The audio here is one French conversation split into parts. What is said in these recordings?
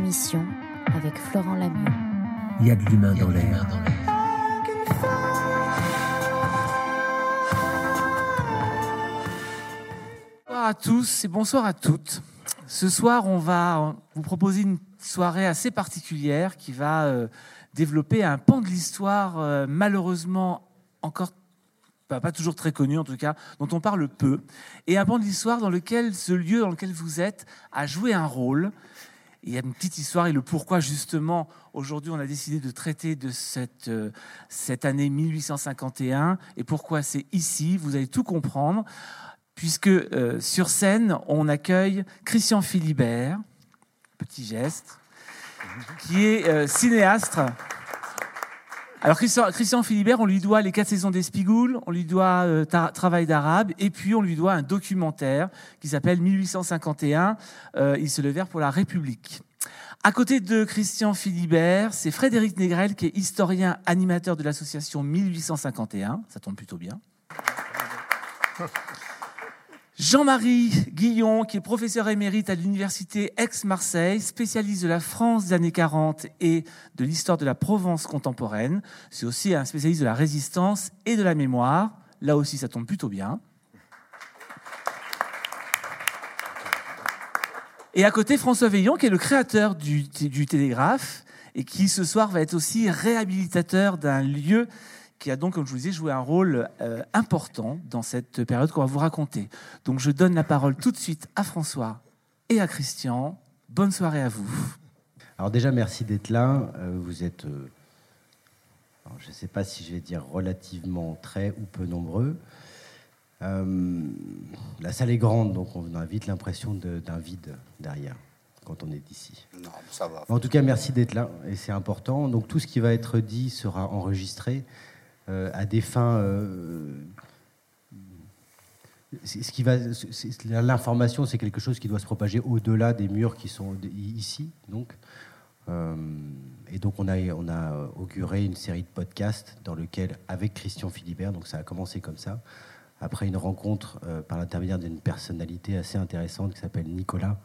émission avec Florent Lamieux. Il y a de l'humain dans l'air. Bonsoir à tous et bonsoir à toutes. Ce soir, on va vous proposer une soirée assez particulière qui va développer un pan de l'histoire malheureusement encore pas toujours très connu en tout cas, dont on parle peu, et un pan de l'histoire dans lequel ce lieu dans lequel vous êtes a joué un rôle. Il y a une petite histoire et le pourquoi justement aujourd'hui on a décidé de traiter de cette année 1851 et pourquoi c'est ici, vous allez tout comprendre, puisque sur scène on accueille Christian Philibert, petit geste, qui est cinéaste. Alors Christian Philibert, on lui doit les 4 saisons d'Espigoule, on lui doit Travail d'arabe, et puis on lui doit un documentaire qui s'appelle 1851, il se levèrent pour la République. À côté de Christian Philibert, c'est Frédéric Négrel qui est historien animateur de l'association 1851, ça tombe plutôt bien. Jean-Marie Guillon, qui est professeur émérite à l'université Aix-Marseille, spécialiste de la France des années 40 et de l'histoire de la Provence contemporaine. C'est aussi un spécialiste de la résistance et de la mémoire. Là aussi, ça tombe plutôt bien. Et à côté, François Veillon, qui est le créateur du Télégraphe et qui, ce soir, va être aussi réhabilitateur d'un lieu qui a donc, comme je vous disais, joué un rôle important dans cette période qu'on va vous raconter. Donc je donne la parole tout de suite à François et à Christian. Bonne soirée à vous. Alors déjà, merci d'être là. Vous êtes, je ne sais pas si je vais dire relativement très ou peu nombreux. La salle est grande, donc on a vite l'impression d'un vide derrière quand on est ici. Non, ça va. En tout cas, merci d'être là, et c'est important. Donc tout ce qui va être dit sera enregistré. À des fins, l'information, c'est quelque chose qui doit se propager au-delà des murs qui sont ici. Donc, et donc on a auguré une série de podcasts dans lequel, avec Christian Philibert, donc ça a commencé comme ça, après une rencontre par l'intermédiaire d'une personnalité assez intéressante qui s'appelle Nicolas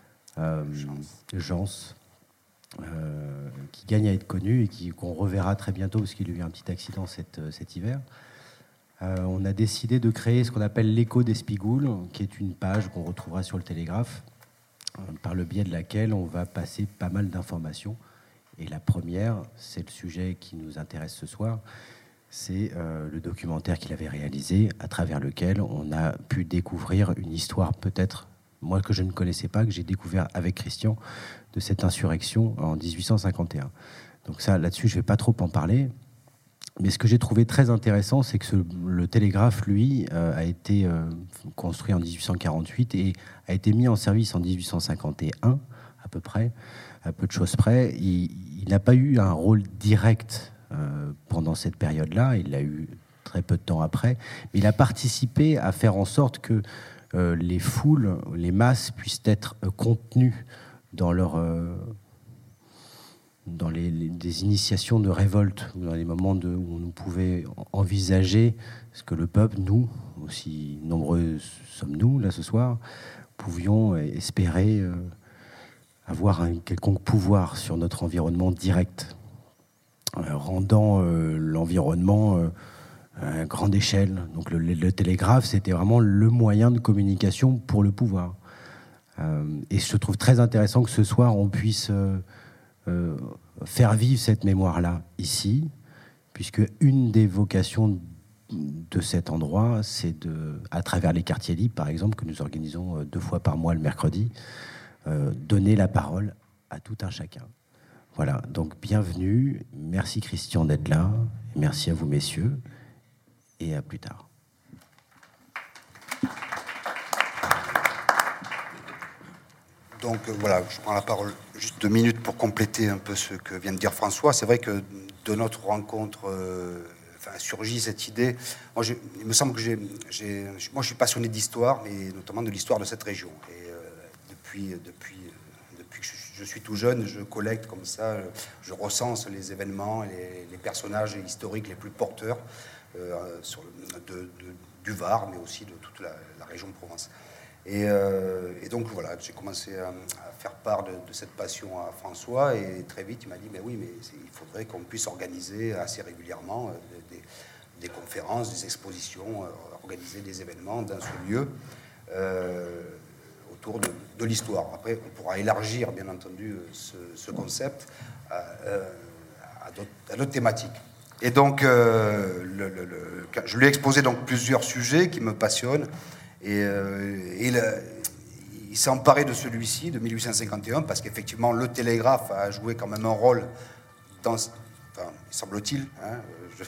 Jans. Qui gagne à être connu et qu'on reverra très bientôt parce qu'il a eu un petit accident cet hiver. On a décidé de créer ce qu'on appelle l'écho d'Espigoule, qui est une page qu'on retrouvera sur le Télégraphe, par le biais de laquelle on va passer pas mal d'informations. Et la première, c'est le sujet qui nous intéresse ce soir, c'est le documentaire qu'il avait réalisé, à travers lequel on a pu découvrir une histoire peut-être, moi que je ne connaissais pas, que j'ai découvert avec Christian, de cette insurrection en 1851. Donc ça, là-dessus, je ne vais pas trop en parler. Mais ce que j'ai trouvé très intéressant, c'est que le Télégraphe, lui, a été construit en 1848 et a été mis en service en 1851, à peu près, à peu de choses près. Il n'a pas eu un rôle direct pendant cette période-là. Il l'a eu très peu de temps après. Mais il a participé à faire en sorte que les foules, les masses puissent être contenues dans des initiations de révolte, dans les moments où on pouvait envisager ce que le peuple, nous, aussi nombreux sommes-nous là ce soir, pouvions espérer avoir un quelconque pouvoir sur notre environnement direct, rendant l'environnement à grande échelle. Donc le télégraphe, c'était vraiment le moyen de communication pour le pouvoir. Et je trouve très intéressant que ce soir on puisse faire vivre cette mémoire-là ici, puisque une des vocations de cet endroit, c'est à travers les quartiers libres, par exemple, que nous organisons 2 fois par mois le mercredi, donner la parole à tout un chacun. Voilà, donc bienvenue, merci Christian d'être là, merci à vous messieurs, et à plus tard. Donc voilà, je prends la parole juste 2 minutes pour compléter un peu ce que vient de dire François. C'est vrai que de notre rencontre surgit cette idée. Moi, il me semble que moi, je suis passionné d'histoire, mais notamment de l'histoire de cette région. Et depuis que je suis tout jeune, je collecte comme ça, je recense les événements, les personnages historiques les plus porteurs du Var, mais aussi de toute la région de Provence. Et donc voilà, j'ai commencé à faire part de cette passion à François, et très vite il m'a dit mais oui, mais il faudrait qu'on puisse organiser assez régulièrement des conférences, des expositions, organiser des événements dans ce lieu autour de l'histoire. Après, on pourra élargir bien entendu ce concept à d'autres thématiques. Et donc, je lui ai exposé donc plusieurs sujets qui me passionnent. Et il s'est emparé de celui-ci, de 1851, parce qu'effectivement, le télégraphe a joué quand même un rôle dans... Enfin, semble-t-il, hein,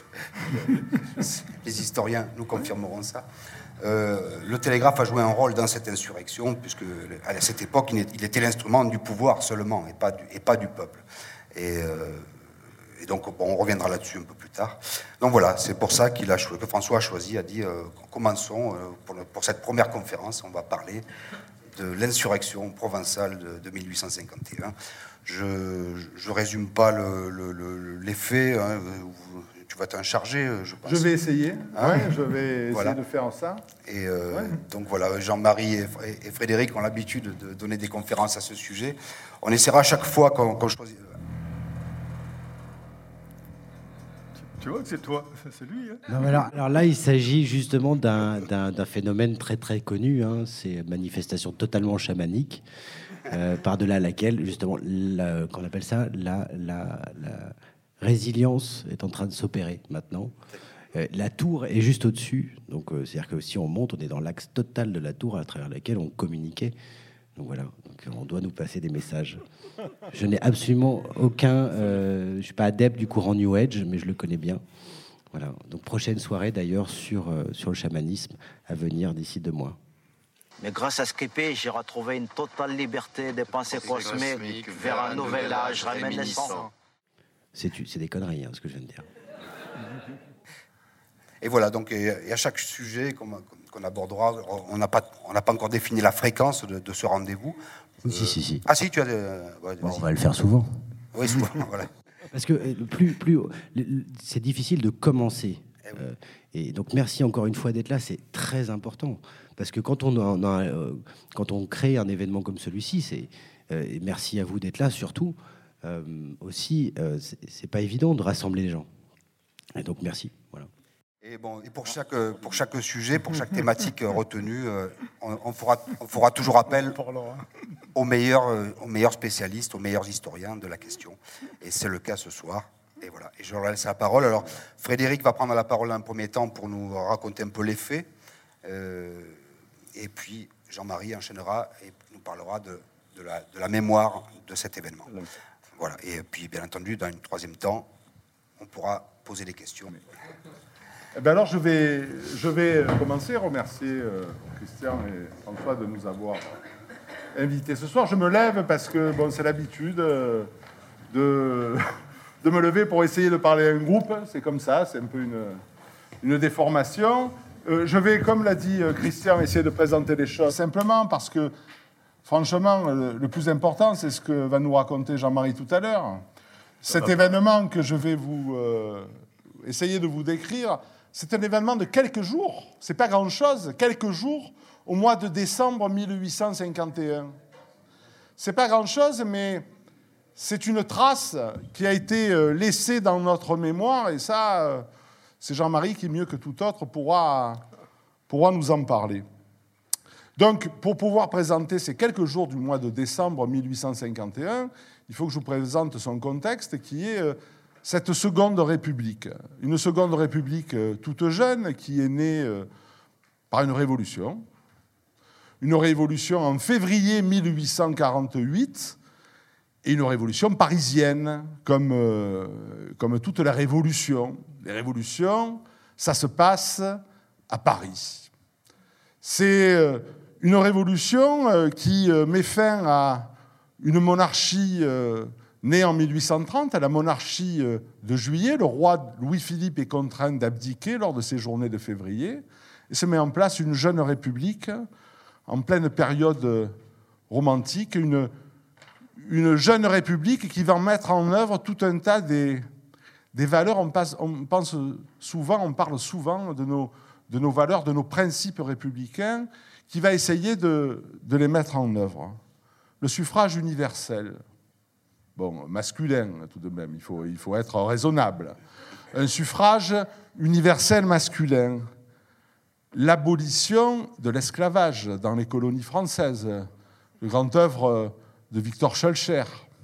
les historiens nous confirmeront ça. Le télégraphe a joué un rôle dans cette insurrection, puisque à cette époque, il était l'instrument du pouvoir seulement, et pas du peuple. Et donc, bon, on reviendra là-dessus un peu plus tard. Donc voilà, c'est pour ça que François a dit, commençons pour cette première conférence, on va parler de l'insurrection provençale de 1851. Je résume pas les faits, hein, tu vas t'en charger, je pense. Je vais essayer, hein, je vais essayer de faire ça. Et donc voilà, Jean-Marie et Frédéric ont l'habitude de donner des conférences à ce sujet. On essaiera à chaque fois qu'on choisit... Tu vois que c'est toi, c'est lui. Hein. Non, alors là, il s'agit justement d'un phénomène très très connu. Hein, c'est une manifestation totalement chamanique, par-delà laquelle justement, qu'on appelle ça, la résilience est en train de s'opérer maintenant. La tour est juste au-dessus, donc c'est-à-dire que si on monte, on est dans l'axe total de la tour à travers laquelle on communiquait. Donc voilà, donc on doit nous passer des messages. Je n'ai absolument aucun... je ne suis pas adepte du courant New Age, mais je le connais bien. Voilà. Donc prochaine soirée d'ailleurs sur le chamanisme à venir d'ici 2 mois. Mais grâce à Skippy, j'ai retrouvé une totale liberté des pensées cosmiques vers un nouvel âge réminiscent. C'est des conneries, hein, ce que je viens de dire. Et voilà, donc et à chaque sujet qu'on abordera, on n'a pas encore défini la fréquence de ce rendez-vous. Si. Ah si, tu as... Bon, on va le faire souvent. Oui, souvent, voilà. Parce que c'est difficile de commencer. Et donc merci encore une fois d'être là, c'est très important. Parce que quand on crée un événement comme celui-ci, et merci à vous d'être là surtout, aussi, c'est pas évident de rassembler les gens. Et donc merci, voilà. Et pour chaque sujet, pour chaque thématique retenue, on fera toujours appel aux meilleurs spécialistes, aux meilleurs historiens de la question. Et c'est le cas ce soir. Et voilà. Et je leur laisse la parole. Alors, Frédéric va prendre la parole un premier temps pour nous raconter un peu les faits. Et puis, Jean-Marie enchaînera et nous parlera de la mémoire de cet événement. Voilà. Et puis, bien entendu, dans un troisième temps, on pourra poser des questions. Eh bien alors, je vais commencer à remercier Christian et François de nous avoir invités ce soir. Je me lève parce que c'est l'habitude de me lever pour essayer de parler à un groupe. C'est comme ça, c'est un peu une déformation. Je vais, comme l'a dit Christian, essayer de présenter les choses simplement parce que, franchement, le plus important, c'est ce que va nous raconter Jean-Marie tout à l'heure. Cet événement que je vais essayer de vous décrire, c'est un événement de quelques jours. C'est pas grand-chose, quelques jours au mois de décembre 1851. C'est pas grand-chose, mais c'est une trace qui a été laissée dans notre mémoire, et ça, c'est Jean-Marie qui, mieux que tout autre, pourra nous en parler. Donc, pour pouvoir présenter ces quelques jours du mois de décembre 1851, il faut que je vous présente son contexte, qui est cette Seconde République. Une Seconde République toute jeune, qui est née par une révolution en février 1848, et une révolution parisienne, comme toute la révolution. Les révolutions, ça se passe à Paris. C'est une révolution qui met fin à une monarchie née en 1830, à la monarchie de Juillet. Le roi Louis-Philippe est contraint d'abdiquer lors de ces journées de février, et se met en place une jeune république en pleine période romantique, une jeune république qui va mettre en œuvre tout un tas des valeurs. On parle souvent de nos valeurs, de nos principes républicains, qui va essayer de les mettre en œuvre. Le suffrage universel. Bon, masculin tout de même, il faut être raisonnable. Un suffrage universel masculin. L'abolition de l'esclavage dans les colonies françaises, la grande œuvre de Victor Schœlcher.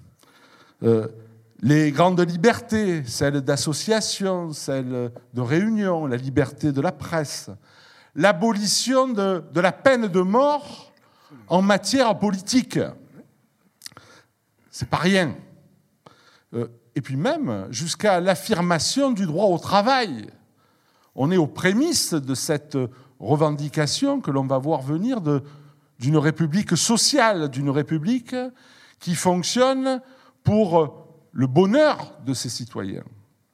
Les grandes libertés, celles d'association, celles de réunion, la liberté de la presse. L'abolition de la peine de mort en matière politique. C'est pas rien. Et puis même jusqu'à l'affirmation du droit au travail. On est aux prémices de cette revendication que l'on va voir venir d'une république sociale, d'une république qui fonctionne pour le bonheur de ses citoyens.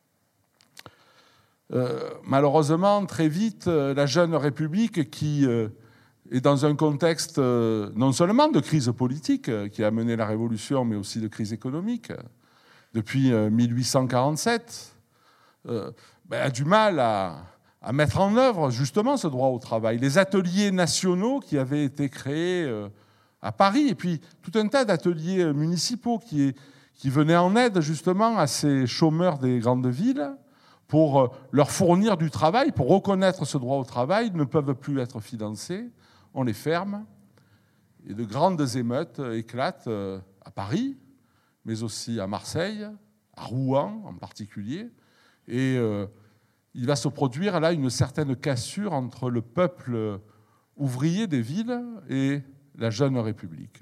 Malheureusement, très vite, la jeune république qui est dans un contexte non seulement de crise politique qui a mené la révolution, mais aussi de crise économique, depuis 1847, a du mal à mettre en œuvre justement ce droit au travail. Les ateliers nationaux qui avaient été créés à Paris, et puis tout un tas d'ateliers municipaux qui venaient en aide justement à ces chômeurs des grandes villes pour leur fournir du travail, pour reconnaître ce droit au travail, ne peuvent plus être financés, on les ferme. Et de grandes émeutes éclatent à Paris, mais aussi à Marseille, à Rouen en particulier. Et il va se produire là une certaine cassure entre le peuple ouvrier des villes et la jeune République.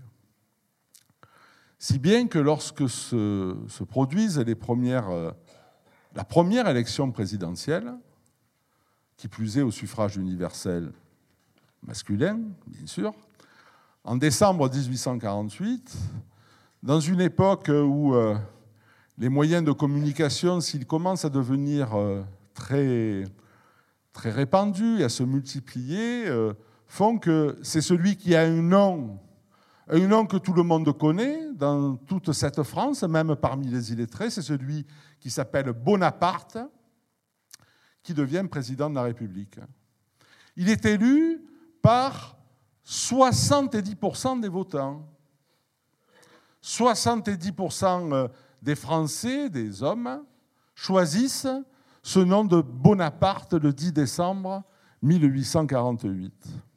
Si bien que lorsque se produisent la première élection présidentielle, qui plus est au suffrage universel masculin, bien sûr, en décembre 1848, dans une époque où les moyens de communication, s'ils commencent à devenir très, très répandus et à se multiplier, font que c'est celui qui a un nom que tout le monde connaît dans toute cette France, même parmi les illettrés, c'est celui qui s'appelle Bonaparte, qui devient président de la République. Il est élu par 70% des votants. 70% des Français, des hommes, choisissent ce nom de Bonaparte le 10 décembre 1848.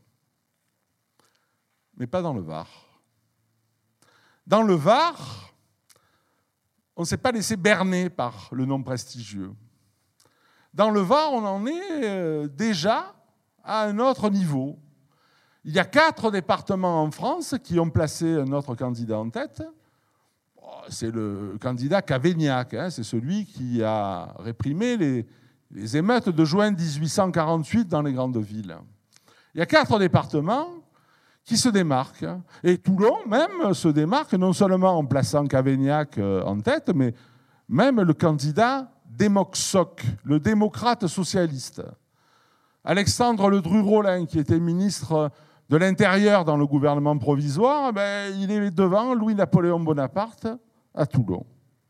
Mais pas dans le Var. Dans le Var, on ne s'est pas laissé berner par le nom prestigieux. Dans le Var, on en est déjà à un autre niveau. Il y a 4 départements en France qui ont placé un autre candidat en tête. C'est le candidat Cavaignac, c'est celui qui a réprimé les émeutes de juin 1848 dans les grandes villes. Il y a 4 départements qui se démarquent. Et Toulon, même, se démarque non seulement en plaçant Cavaignac en tête, mais même le candidat Démoxoc, le démocrate socialiste. Alexandre Ledru-Rollin, qui était ministre de l'Intérieur dans le gouvernement provisoire, il est devant Louis-Napoléon Bonaparte à Toulon.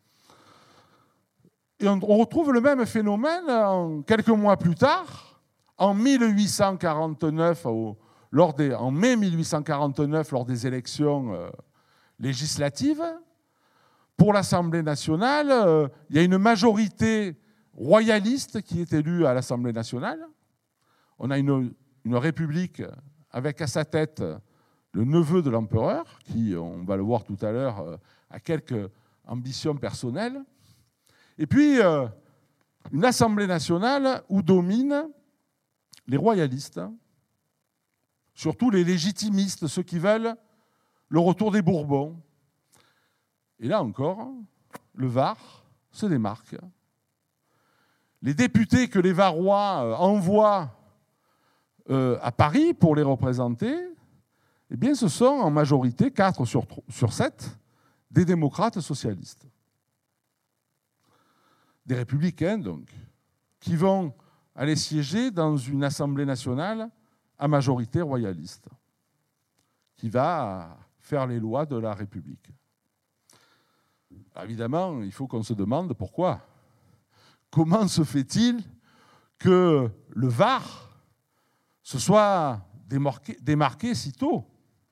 Et on retrouve le même phénomène quelques mois plus tard, en 1849, en mai 1849, lors des élections législatives. Pour l'Assemblée nationale, il y a une majorité royaliste qui est élue à l'Assemblée nationale. On a une république avec à sa tête le neveu de l'empereur, qui, on va le voir tout à l'heure, a quelques ambitions personnelles. Et puis, une Assemblée nationale où dominent les royalistes, surtout les légitimistes, ceux qui veulent le retour des Bourbons. Et là encore, le Var se démarque. Les députés que les Varois envoient à Paris pour les représenter, eh bien, ce sont en majorité 4 sur 7 des démocrates socialistes. Des républicains, donc, qui vont aller siéger dans une Assemblée nationale à majorité royaliste, qui va faire les lois de la République. Alors évidemment, il faut qu'on se demande pourquoi. Comment se fait-il que le Var se soit démarquer si tôt?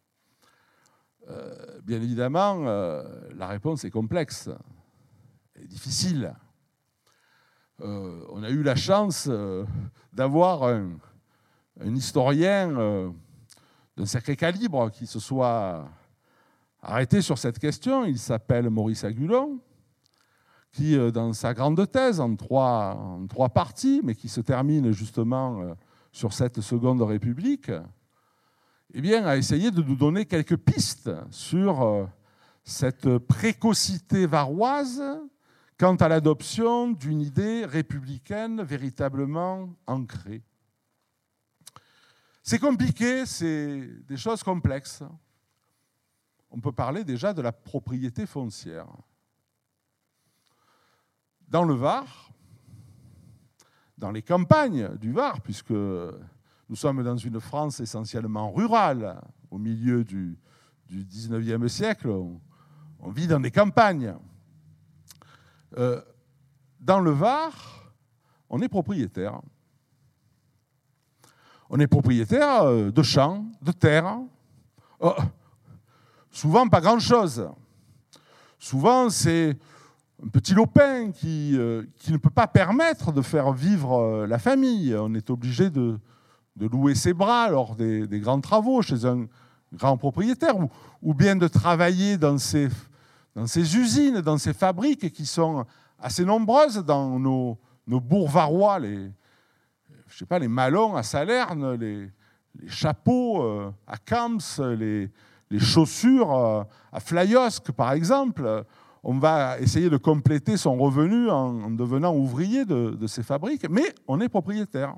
Bien évidemment, la réponse est complexe et difficile. On a eu la chance d'avoir un historien d'un sacré calibre qui se soit arrêté sur cette question. Il s'appelle Maurice Agulon, qui, dans sa grande thèse, en trois parties, mais qui se termine justement sur cette Seconde République, eh bien, a essayé de nous donner quelques pistes sur cette précocité varoise quant à l'adoption d'une idée républicaine véritablement ancrée. C'est compliqué, c'est des choses complexes. On peut parler déjà de la propriété foncière. Dans le Var, dans les campagnes du Var, puisque nous sommes dans une France essentiellement rurale, au milieu du 19e siècle, on vit dans des campagnes. Dans le Var, on est propriétaire. On est propriétaire de champs, de terres. Souvent, pas grand-chose. Souvent, c'est un petit lopin qui ne peut pas permettre de faire vivre la famille. On est obligé de louer ses bras lors des grands travaux chez un grand propriétaire, ou bien de travailler dans ces usines, dans ces fabriques qui sont assez nombreuses dans nos bourgs varois, les Malons à Salerne, les chapeaux à Camps, les chaussures à Flyosque, par exemple. On va essayer de compléter son revenu en devenant ouvrier de ces fabriques, mais on est propriétaire.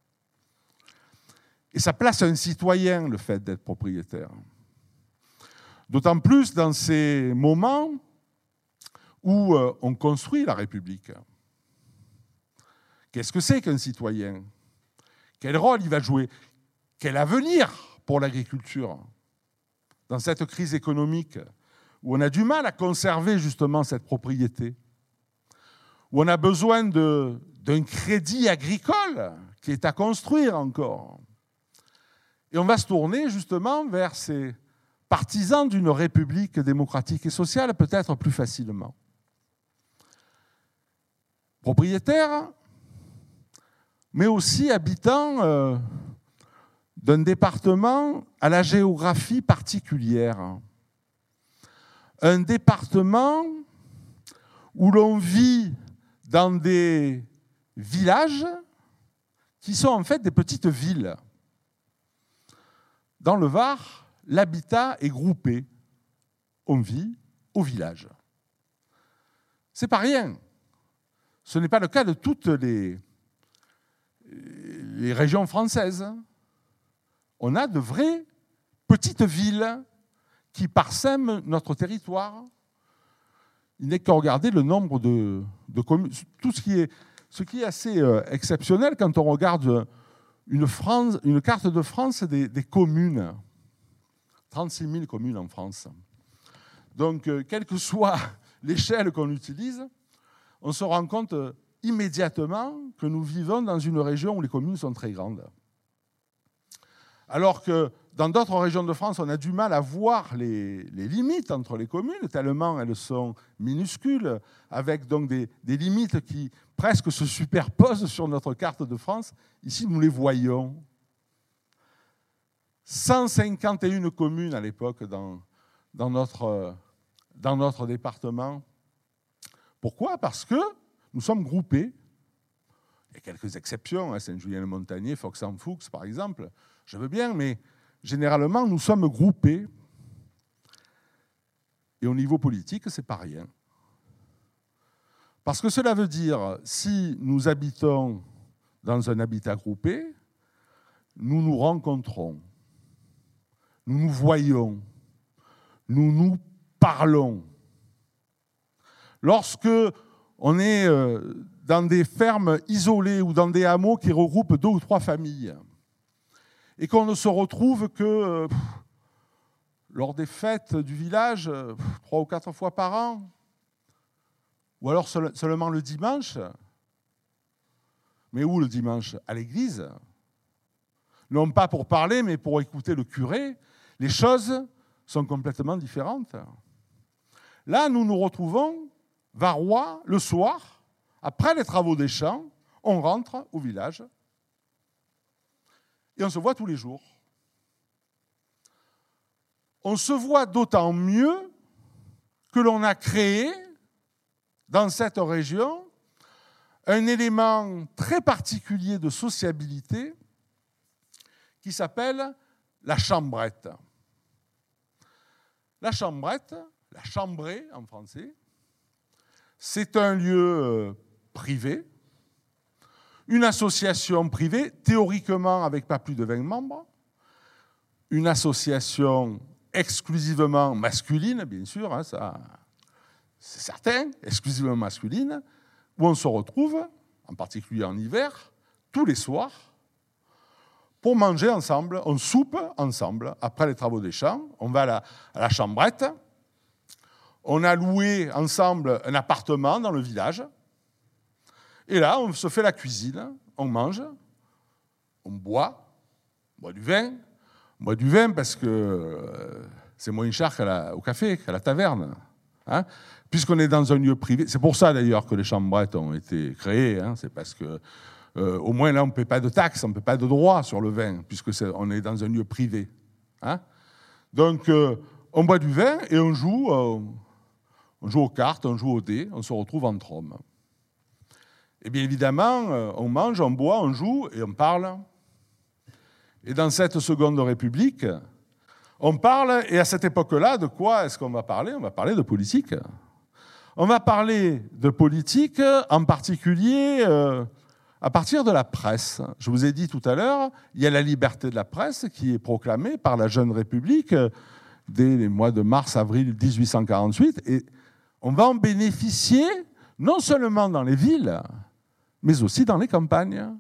Et ça place un citoyen, le fait d'être propriétaire. D'autant plus dans ces moments où on construit la République. Qu'est-ce que c'est qu'un citoyen? Quel rôle il va jouer? Quel avenir pour l'agriculture dans cette crise économique où on a du mal à conserver justement cette propriété, où on a besoin d'un crédit agricole qui est à construire encore. Et on va se tourner justement vers ces partisans d'une république démocratique et sociale peut-être plus facilement. Propriétaires, mais aussi habitants d'un département à la géographie particulière. Un département où l'on vit dans des villages qui sont en fait des petites villes. Dans le Var, l'habitat est groupé. On vit au village. C'est pas rien. Ce n'est pas le cas de toutes les régions françaises. On a de vraies petites villes qui parsèment notre territoire. Il n'est qu'à regarder le nombre de communes. Ce qui est assez exceptionnel quand on regarde une carte de France des communes. 36 000 communes en France. Donc, quelle que soit l'échelle qu'on utilise, on se rend compte immédiatement que nous vivons dans une région où les communes sont très grandes. Alors que dans d'autres régions de France, on a du mal à voir les limites entre les communes, tellement elles sont minuscules, avec donc des limites qui presque se superposent sur notre carte de France. Ici, nous les voyons. 151 communes à l'époque dans notre département. Pourquoi? Parce que nous sommes groupés. Il y a quelques exceptions, Saint-Julien-le-Montagnier, Fox-en-Foux, par exemple. Je veux bien, mais généralement, nous sommes groupés. Et au niveau politique, ce n'est pas rien. Parce que cela veut dire, si nous habitons dans un habitat groupé, nous nous rencontrons, nous nous voyons, nous nous parlons. Lorsque on est dans des fermes isolées ou dans des hameaux qui regroupent 2 ou 3 familles, et qu'on ne se retrouve que lors des fêtes du village, 3 ou 4 fois par an, ou alors seulement le dimanche. Mais où le dimanche? À l'église. non pas pour parler, mais pour écouter le curé, les choses sont complètement différentes. Là, nous nous retrouvons, Varrois, le soir, après les travaux des champs, on rentre au village et on se voit tous les jours. On se voit d'autant mieux que l'on a créé dans cette région un élément très particulier de sociabilité qui s'appelle la chambrette. La chambrette, la chambrée en français, c'est un lieu privé, une association privée, théoriquement avec pas plus de 20 membres, une association exclusivement masculine, bien sûr, hein, ça, c'est certain, exclusivement masculine, où on se retrouve, en particulier en hiver, tous les soirs, pour manger ensemble, on soupe ensemble, après les travaux des champs, on va à la chambrette, on a loué ensemble un appartement dans le village, et là, on se fait la cuisine, on mange, on boit du vin. On boit du vin parce que c'est moins cher qu'au café, qu'à la taverne. Hein, puisqu'on est dans un lieu privé. C'est pour ça, d'ailleurs, que les chambrettes ont été créées. Hein, c'est parce que, au moins, là, on ne paie pas de taxes, on ne paie pas de droits sur le vin, puisqu'on est dans un lieu privé. Hein. Donc, on boit du vin et on joue aux cartes, on joue aux dés, on se retrouve entre hommes. Et bien évidemment, on mange, on boit, on joue et on parle. Et dans cette Seconde République, on parle, et à cette époque-là, de quoi est-ce qu'on va parler ? On va parler de politique. On va parler de politique, en particulier à partir de la presse. Je vous ai dit tout à l'heure, il y a la liberté de la presse qui est proclamée par la Jeune République dès les mois de mars-avril 1848, et on va en bénéficier non seulement dans les villes, mais aussi dans les campagnes.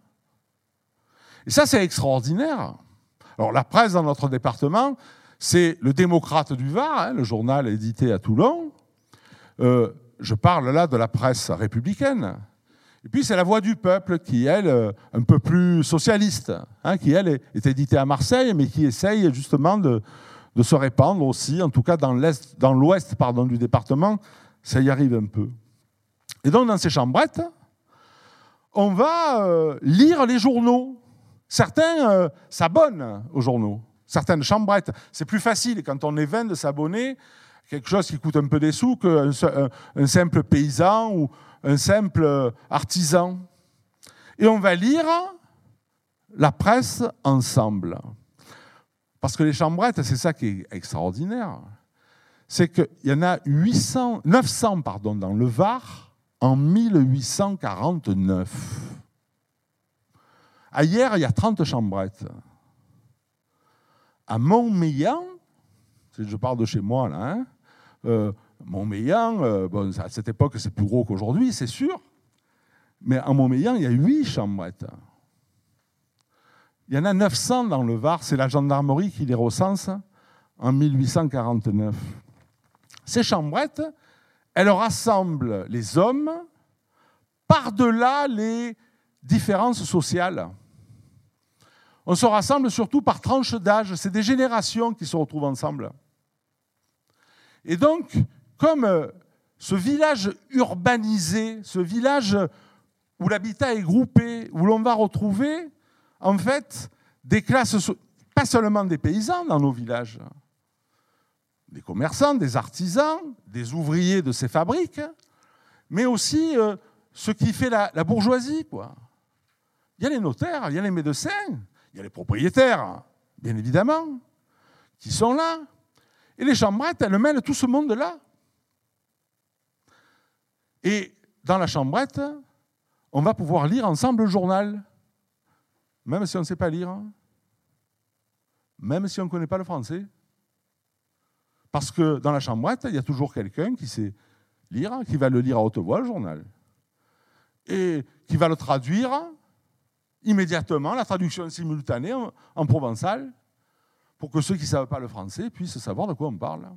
Et ça, c'est extraordinaire. Alors, la presse dans notre département, c'est le Démocrate du Var, hein, le journal édité à Toulon. Je parle là de la presse républicaine. Et puis, c'est la Voix du Peuple qui, elle, un peu plus socialiste, hein, qui, elle, est éditée à Marseille, mais qui essaye justement de se répandre aussi, en tout cas dans l'ouest du département, ça y arrive un peu. Et donc, dans ces chambrettes, on va lire les journaux. Certains s'abonnent aux journaux, certaines chambrettes. C'est plus facile quand on est 20 de s'abonner, quelque chose qui coûte un peu des sous, qu'un simple paysan ou un simple artisan. Et on va lire la presse ensemble. Parce que les chambrettes, c'est ça qui est extraordinaire, c'est qu'il y en a 900 dans le Var en 1849. À Hyères, il y a 30 chambrettes. À Montmélian, je parle de chez moi là, hein, Montmélian, bon, à cette époque c'est plus gros qu'aujourd'hui, c'est sûr, mais à Montmélian, il y a 8 chambrettes. Il y en a 900 dans le Var, c'est la gendarmerie qui les recense en 1849. Ces chambrettes, elles rassemblent les hommes par-delà les différences sociales. On se rassemble surtout par tranche d'âge. C'est des générations qui se retrouvent ensemble. Et donc, comme ce village urbanisé, ce village où l'habitat est groupé, où l'on va retrouver, en fait, des classes, pas seulement des paysans dans nos villages, des commerçants, des artisans, des ouvriers de ces fabriques, mais aussi ce qui fait la bourgeoisie, quoi. Il y a les notaires, il y a les médecins, il y a les propriétaires, bien évidemment, qui sont là. Et les chambrettes, elles mêlent tout ce monde-là. Et dans la chambrette, on va pouvoir lire ensemble le journal, même si on ne sait pas lire, même si on ne connaît pas le français. Parce que dans la chambrette, il y a toujours quelqu'un qui sait lire, qui va le lire à haute voix, le journal, et qui va le traduire immédiatement, la traduction simultanée en provençal, pour que ceux qui ne savent pas le français puissent savoir de quoi on parle.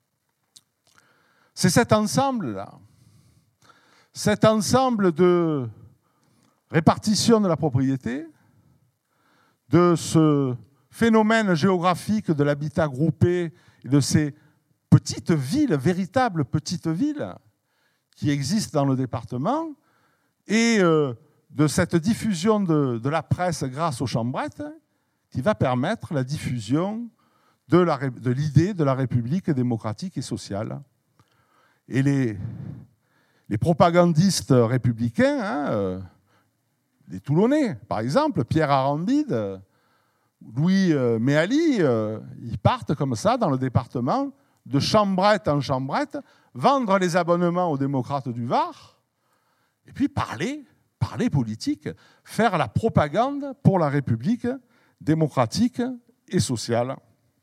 C'est cet ensemble-là, cet ensemble de répartition de la propriété, de ce phénomène géographique de l'habitat groupé et de ces petites villes, véritables petites villes qui existent dans le département, et de cette diffusion de la presse grâce aux chambrettes qui va permettre la diffusion de l'idée de la République démocratique et sociale. Et les propagandistes républicains, les Toulonnais, par exemple, Pierre Arambide, Louis Méhaly, ils partent comme ça dans le département, de chambrette en chambrette, vendre les abonnements aux démocrates du Var, et puis parler politique, faire la propagande pour la République démocratique et sociale.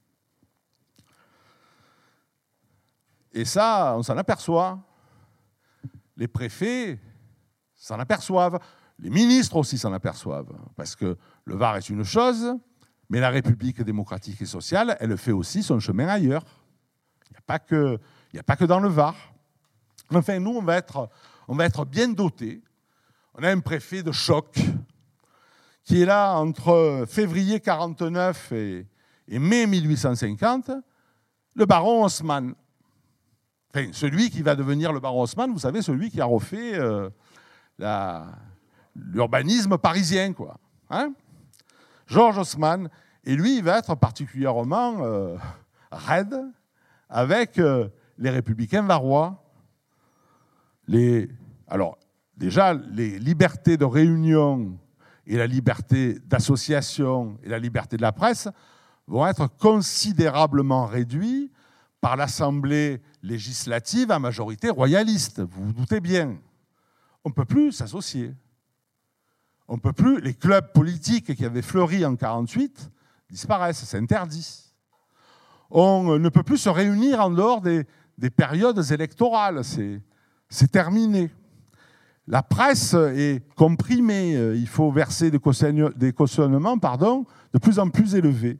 Et ça, on s'en aperçoit. Les préfets s'en aperçoivent. Les ministres aussi s'en aperçoivent. Parce que le Var est une chose, mais la République démocratique et sociale, elle fait aussi son chemin ailleurs. Il n'y a pas que dans le Var. Enfin, nous, on va être bien dotés. On a un préfet de choc qui est là entre février 1949 et mai 1850, le baron Haussmann. Enfin, celui qui va devenir le baron Haussmann, vous savez, celui qui a refait l'urbanisme parisien, quoi. Hein? Georges Haussmann. Et lui, il va être particulièrement raide avec les républicains varois. Alors, déjà, les libertés de réunion et la liberté d'association et la liberté de la presse vont être considérablement réduites par l'Assemblée législative à majorité royaliste. Vous vous doutez bien. On ne peut plus s'associer. On ne peut plus. Les clubs politiques qui avaient fleuri en 1948 disparaissent. C'est interdit. On ne peut plus se réunir en dehors des périodes électorales. C'est terminé. La presse est comprimée. Il faut verser des cautionnements de plus en plus élevés.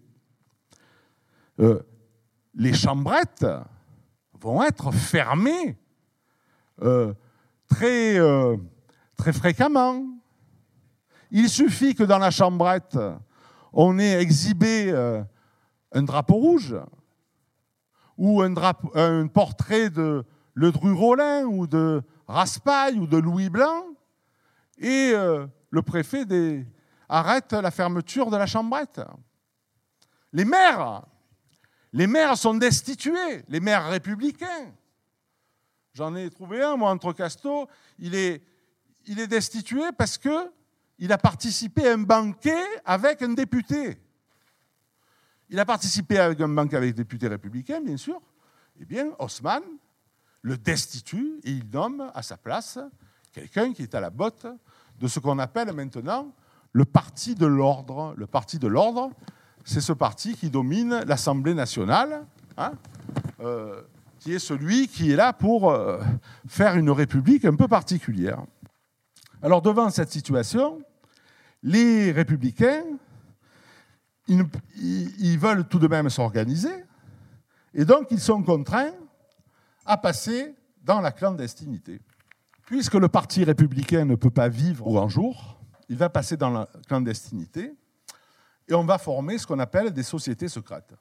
Les chambrettes vont être fermées très fréquemment. Il suffit que dans la chambrette, on ait exhibé un drapeau rouge ou un portrait de Ledru-Rollin ou de Raspail ou de Louis Blanc, et le préfet arrête la fermeture de la chambrette. Les maires sont destitués, les maires républicains. J'en ai trouvé un, moi, entre Casteau. Il est destitué parce qu'il a participé à un banquet avec un député. Il a participé à un banquet avec des députés républicains, bien sûr. Eh bien, Haussmann le destitue et il nomme à sa place quelqu'un qui est à la botte de ce qu'on appelle maintenant le Parti de l'Ordre. Le Parti de l'Ordre, c'est ce parti qui domine l'Assemblée nationale, qui est celui qui est là pour faire une république un peu particulière. Alors, devant cette situation, les républicains, ils veulent tout de même s'organiser, et donc ils sont contraints à passer dans la clandestinité. Puisque le parti républicain ne peut pas vivre au grand jour, il va passer dans la clandestinité, et on va former ce qu'on appelle des sociétés secrètes.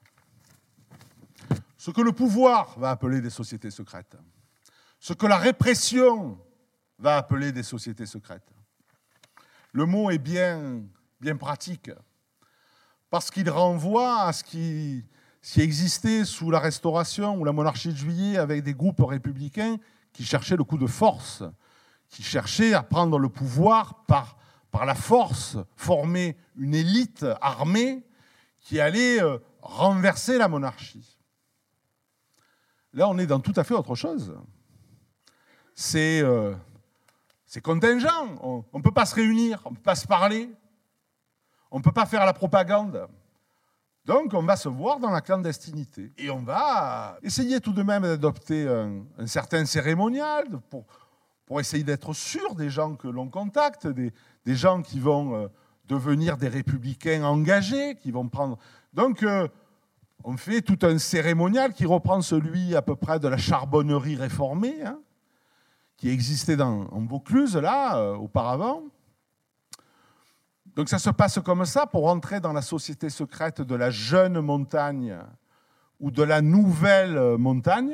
Ce que le pouvoir va appeler des sociétés secrètes. Ce que la répression va appeler des sociétés secrètes. Le mot est bien pratique, parce qu'il renvoie à ce qui existait sous la Restauration ou la monarchie de Juillet, avec des groupes républicains qui cherchaient le coup de force, qui cherchaient à prendre le pouvoir par la force, former une élite armée qui allait renverser la monarchie. Là, on est dans tout à fait autre chose. C'est contingent. On ne peut pas se réunir, on ne peut pas se parler, on ne peut pas faire la propagande. Donc, on va se voir dans la clandestinité. Et on va essayer tout de même d'adopter un certain cérémonial pour essayer d'être sûr des gens que l'on contacte, des gens qui vont devenir des républicains engagés, qui vont prendre... Donc, on fait tout un cérémonial qui reprend celui à peu près de la charbonnerie réformée, qui existait en Vaucluse, là, auparavant. Donc ça se passe comme ça pour rentrer dans la société secrète de la jeune montagne ou de la nouvelle montagne.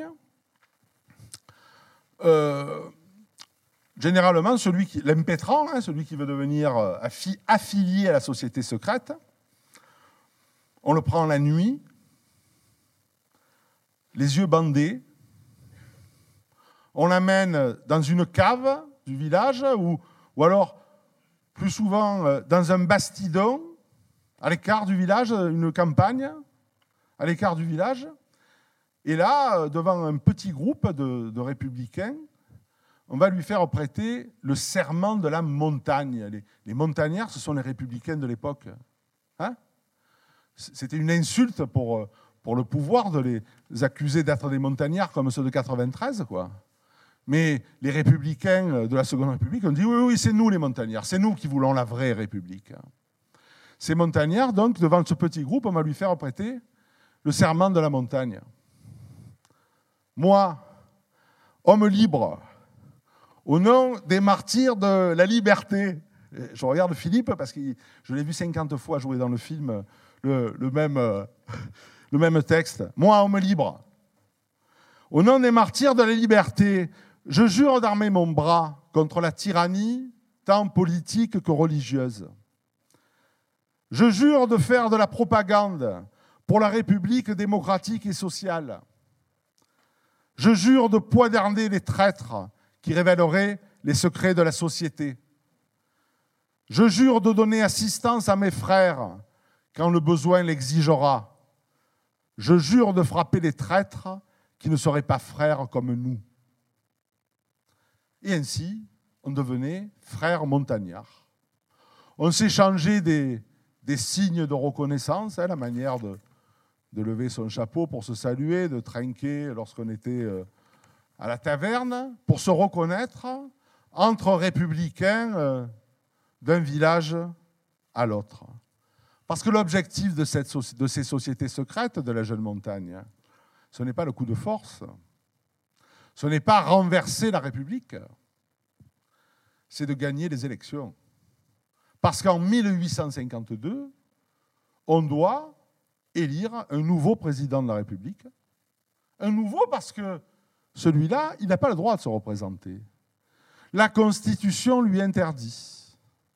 Généralement, l'impétrant, celui qui veut devenir affilié à la société secrète, on le prend la nuit, les yeux bandés, on l'amène dans une cave du village ou alors, plus souvent, dans un bastidon, à l'écart du village, une campagne, à l'écart du village. Et là, devant un petit groupe de républicains, on va lui faire prêter le serment de la montagne. Les montagnards, ce sont les républicains de l'époque. Hein? C'était une insulte pour le pouvoir de les accuser d'être des montagnards comme ceux de 93, quoi. Mais les républicains de la Seconde République ont dit oui, c'est nous les montagnards, c'est nous qui voulons la vraie République. Ces montagnards, donc, devant ce petit groupe, on va lui faire prêter le serment de la montagne. Moi, homme libre, au nom des martyrs de la liberté. Je regarde Philippe parce que je l'ai vu 50 fois jouer dans le film le même texte. Moi, homme libre, au nom des martyrs de la liberté, je jure d'armer mon bras contre la tyrannie, tant politique que religieuse. Je jure de faire de la propagande pour la République démocratique et sociale. Je jure de poignarder les traîtres qui révéleraient les secrets de la société. Je jure de donner assistance à mes frères quand le besoin l'exigera. Je jure de frapper les traîtres qui ne seraient pas frères comme nous. Et ainsi, on devenait frères montagnards. On s'échangeait des signes de reconnaissance, la manière de lever son chapeau pour se saluer, de trinquer lorsqu'on était à la taverne, pour se reconnaître entre républicains d'un village à l'autre. Parce que l'objectif de ces sociétés secrètes de la jeune montagne, ce n'est pas le coup de force, ce n'est pas renverser la République, c'est de gagner les élections. Parce qu'en 1852, on doit élire un nouveau président de la République. Un nouveau parce que celui-là, il n'a pas le droit de se représenter. La Constitution lui interdit.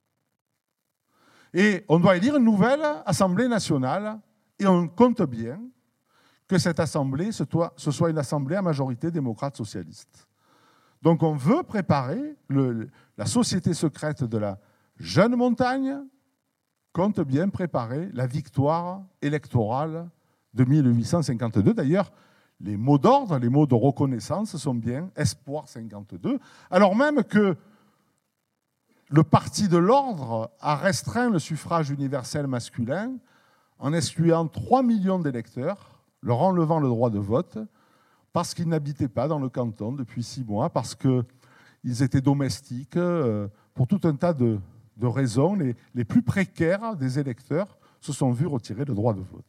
Et on doit élire une nouvelle Assemblée nationale et on compte bien que cette Assemblée, ce soit une Assemblée à majorité démocrate-socialiste. Donc on veut préparer, la société secrète de la jeune montagne compte bien préparer la victoire électorale de 1852. D'ailleurs, les mots d'ordre, les mots de reconnaissance sont bien Espoir 52, alors même que le Parti de l'Ordre a restreint le suffrage universel masculin en excluant 3 millions d'électeurs, leur enlevant le droit de vote, parce qu'ils n'habitaient pas dans le canton depuis 6 mois, parce qu'ils étaient domestiques, pour tout un tas de raisons. Les plus précaires des électeurs se sont vus retirer le droit de vote.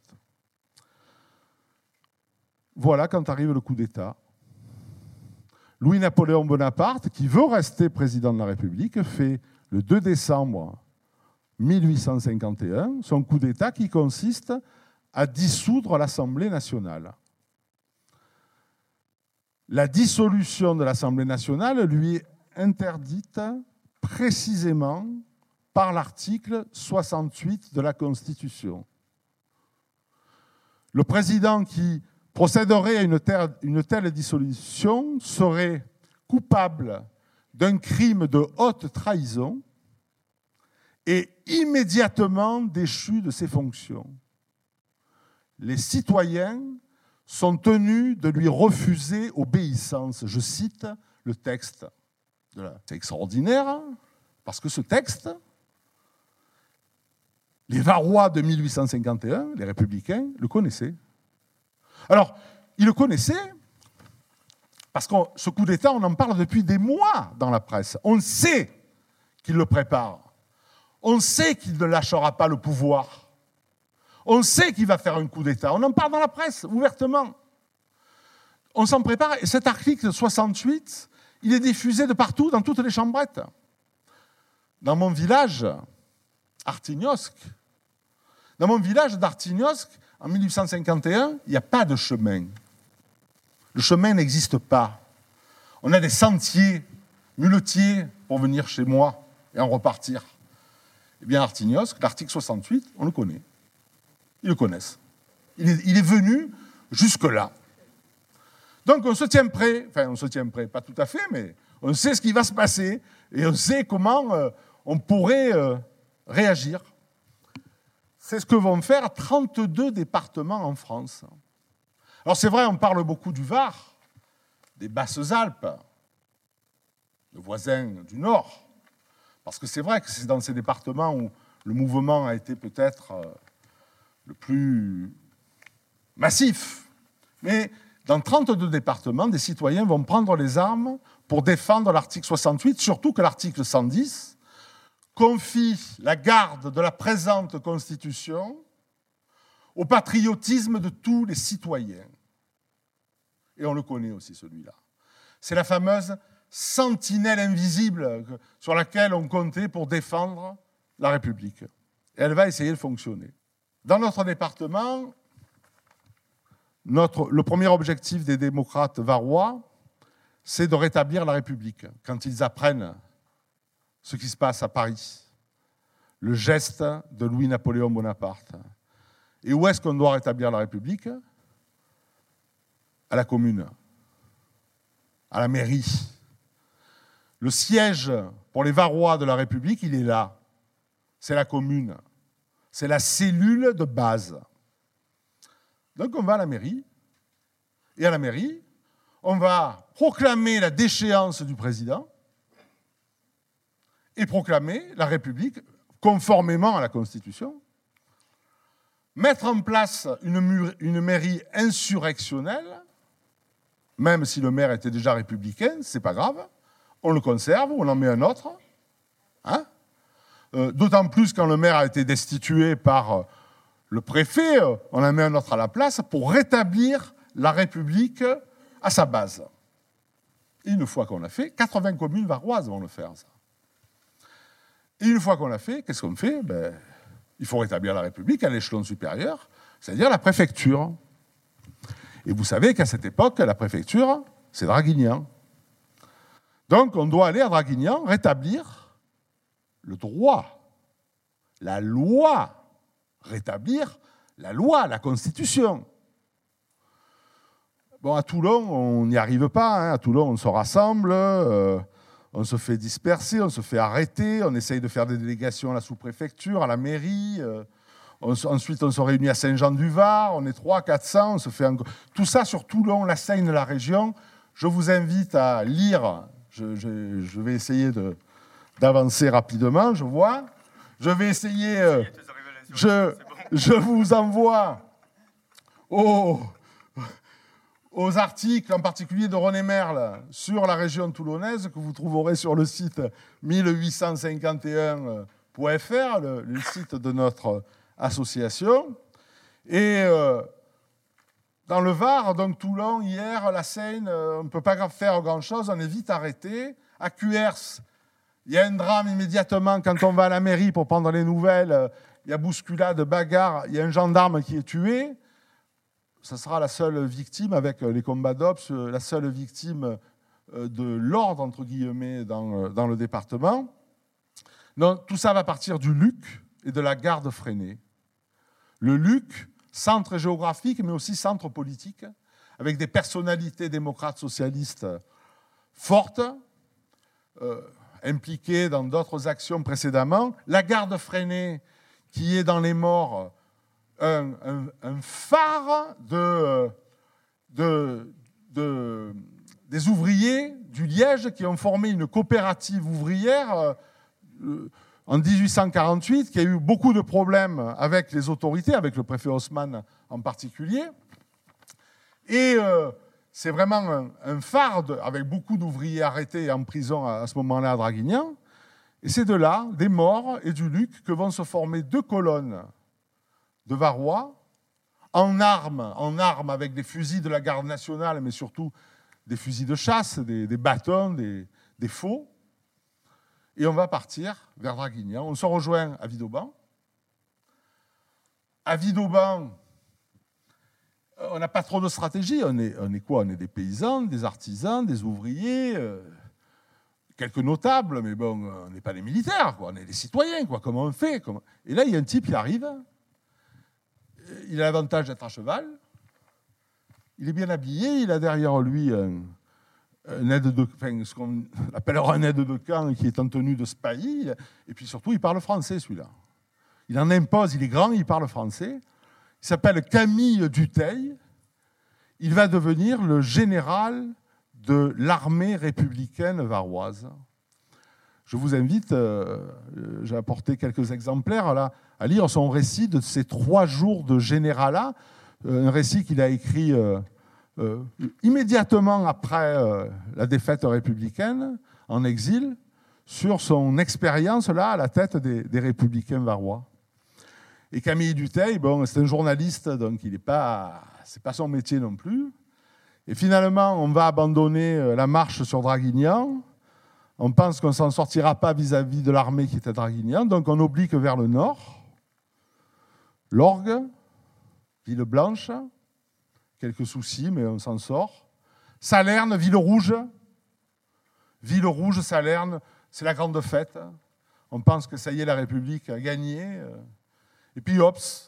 Voilà quand arrive le coup d'État. Louis-Napoléon Bonaparte, qui veut rester président de la République, fait le 2 décembre 1851 son coup d'État qui consiste à dissoudre l'Assemblée nationale. La dissolution de l'Assemblée nationale lui est interdite précisément par l'article 68 de la Constitution. Le président qui procéderait à une telle dissolution serait coupable d'un crime de haute trahison et immédiatement déchu de ses fonctions. Les citoyens sont tenus de lui refuser obéissance. Je cite le texte. C'est extraordinaire, parce que ce texte, les Varois de 1851, les Républicains, le connaissaient. Alors, ils le connaissaient parce que ce coup d'État, on en parle depuis des mois dans la presse. On sait qu'il le prépare. On sait qu'il ne lâchera pas le pouvoir. On sait qu'il va faire un coup d'État. On en parle dans la presse, ouvertement. On s'en prépare. Et cet article 68, il est diffusé de partout, dans toutes les chambrettes. Dans mon village, Artignosc. Dans mon village d'Artignosc, en 1851, il n'y a pas de chemin. Le chemin n'existe pas. On a des sentiers muletiers pour venir chez moi et en repartir. Eh bien, Artignosc, l'article 68, on le connaît. Ils le connaissent. Il est venu jusque-là. Donc, on se tient prêt. Enfin, on se tient prêt, pas tout à fait, mais on sait ce qui va se passer et on sait comment on pourrait réagir. C'est ce que vont faire 32 départements en France. Alors, c'est vrai, on parle beaucoup du Var, des Basses-Alpes, le voisin du Nord, parce que c'est vrai que c'est dans ces départements où le mouvement a été peut-être le plus massif. Mais dans 32 départements, des citoyens vont prendre les armes pour défendre l'article 68, surtout que l'article 110 confie la garde de la présente Constitution au patriotisme de tous les citoyens. Et on le connaît aussi, celui-là. C'est la fameuse sentinelle invisible sur laquelle on comptait pour défendre la République. Et elle va essayer de fonctionner. Dans notre département, le premier objectif des démocrates varois, c'est de rétablir la République. Quand ils apprennent ce qui se passe à Paris, le geste de Louis-Napoléon Bonaparte. Et où est-ce qu'on doit rétablir la République ? À la commune, à la mairie. Le siège pour les Varois de la République, il est là. C'est la commune. C'est la cellule de base. Donc on va à la mairie, et à la mairie, on va proclamer la déchéance du président et proclamer la République conformément à la Constitution, mettre en place une mairie insurrectionnelle, même si le maire était déjà républicain, c'est pas grave, on le conserve, on en met un autre, hein, d'autant plus quand le maire a été destitué par le préfet, on en met un autre à la place pour rétablir la République à sa base. Et une fois qu'on l'a fait, 80 communes varoises vont le faire, ça. Et une fois qu'on l'a fait, qu'est-ce qu'on fait ? Il faut rétablir la République à l'échelon supérieur, c'est-à-dire la préfecture. Et vous savez qu'à cette époque, la préfecture, c'est Draguignan. Donc, on doit aller à Draguignan rétablir le droit, la loi, rétablir la loi, la Constitution. Bon, à Toulon, on n'y arrive pas. Hein. À Toulon, on se rassemble, on se fait disperser, on se fait arrêter, on essaye de faire des délégations à la sous-préfecture, à la mairie. Ensuite, on se réunit à Saint-Jean-du-Var, on est 300-400, on se fait tout ça sur Toulon, la Seine, la région. Je vous invite à lire. Je vais essayer d'avancer rapidement, je vois. Je vais essayer... je vous envoie aux articles, en particulier de René Merle, sur la région toulonnaise, que vous trouverez sur le site 1851.fr, le site de notre association. Et dans le Var, donc Toulon, hier, la Seine, on ne peut pas faire grand-chose, on est vite arrêté. À Cuers, il y a un drame immédiatement quand on va à la mairie pour prendre les nouvelles. Il y a bousculade, bagarre, il y a un gendarme qui est tué. Ça sera la seule victime, avec les combats d'Ops, la seule victime de l'ordre, entre guillemets, dans le département. Donc, tout ça va partir du LUC et de la garde freinée. Le LUC, centre géographique, mais aussi centre politique, avec des personnalités démocrates socialistes fortes, impliquées dans d'autres actions précédemment. La garde freinée, qui est dans les morts un phare des ouvriers du Liège qui ont formé une coopérative ouvrière en 1848, qui a eu beaucoup de problèmes avec les autorités, avec le préfet Haussmann en particulier. Et c'est vraiment un phare avec beaucoup d'ouvriers arrêtés et en prison à ce moment-là à Draguignan. Et c'est de là, des morts et du Luc, que vont se former deux colonnes de Varois, en armes avec des fusils de la garde nationale, mais surtout des fusils de chasse, des bâtons, des faux. et on va partir vers Draguignan. On se rejoint à Vidauban. À Vidauban, on n'a pas trop de stratégie. On est quoi? On est des paysans, des artisans, des ouvriers, quelques notables, mais bon, on n'est pas des militaires, quoi. On est des citoyens, quoi. Comment on fait? Et là, il y a un type qui arrive. Il a l'avantage d'être à cheval. Il est bien habillé. Il a derrière lui un aide de, enfin, ce qu'on appellera un aide de camp qui est en tenue de spahi. Et puis surtout, il parle français, celui-là. Il en impose. Il est grand, il parle français. Il s'appelle Camille Dutheil. Il va devenir le général de l'armée républicaine varoise. Je vous invite, j'ai apporté quelques exemplaires là, à lire son récit de ces 3 jours de généralat, un récit qu'il a écrit immédiatement après la défaite républicaine, en exil, sur son expérience là à la tête des républicains varois. Et Camille Dutheil, bon, c'est un journaliste, donc c'est pas son métier non plus. Et finalement, on va abandonner la marche sur Draguignan. On pense qu'on ne s'en sortira pas vis-à-vis de l'armée qui était à Draguignan, donc on oblique vers le nord. Lorgues, Villeblanche, quelques soucis, mais on s'en sort. Salerne, Villerouge. Villerouge, Salerne, c'est la grande fête. On pense que ça y est, la République a gagné. Et puis, hops,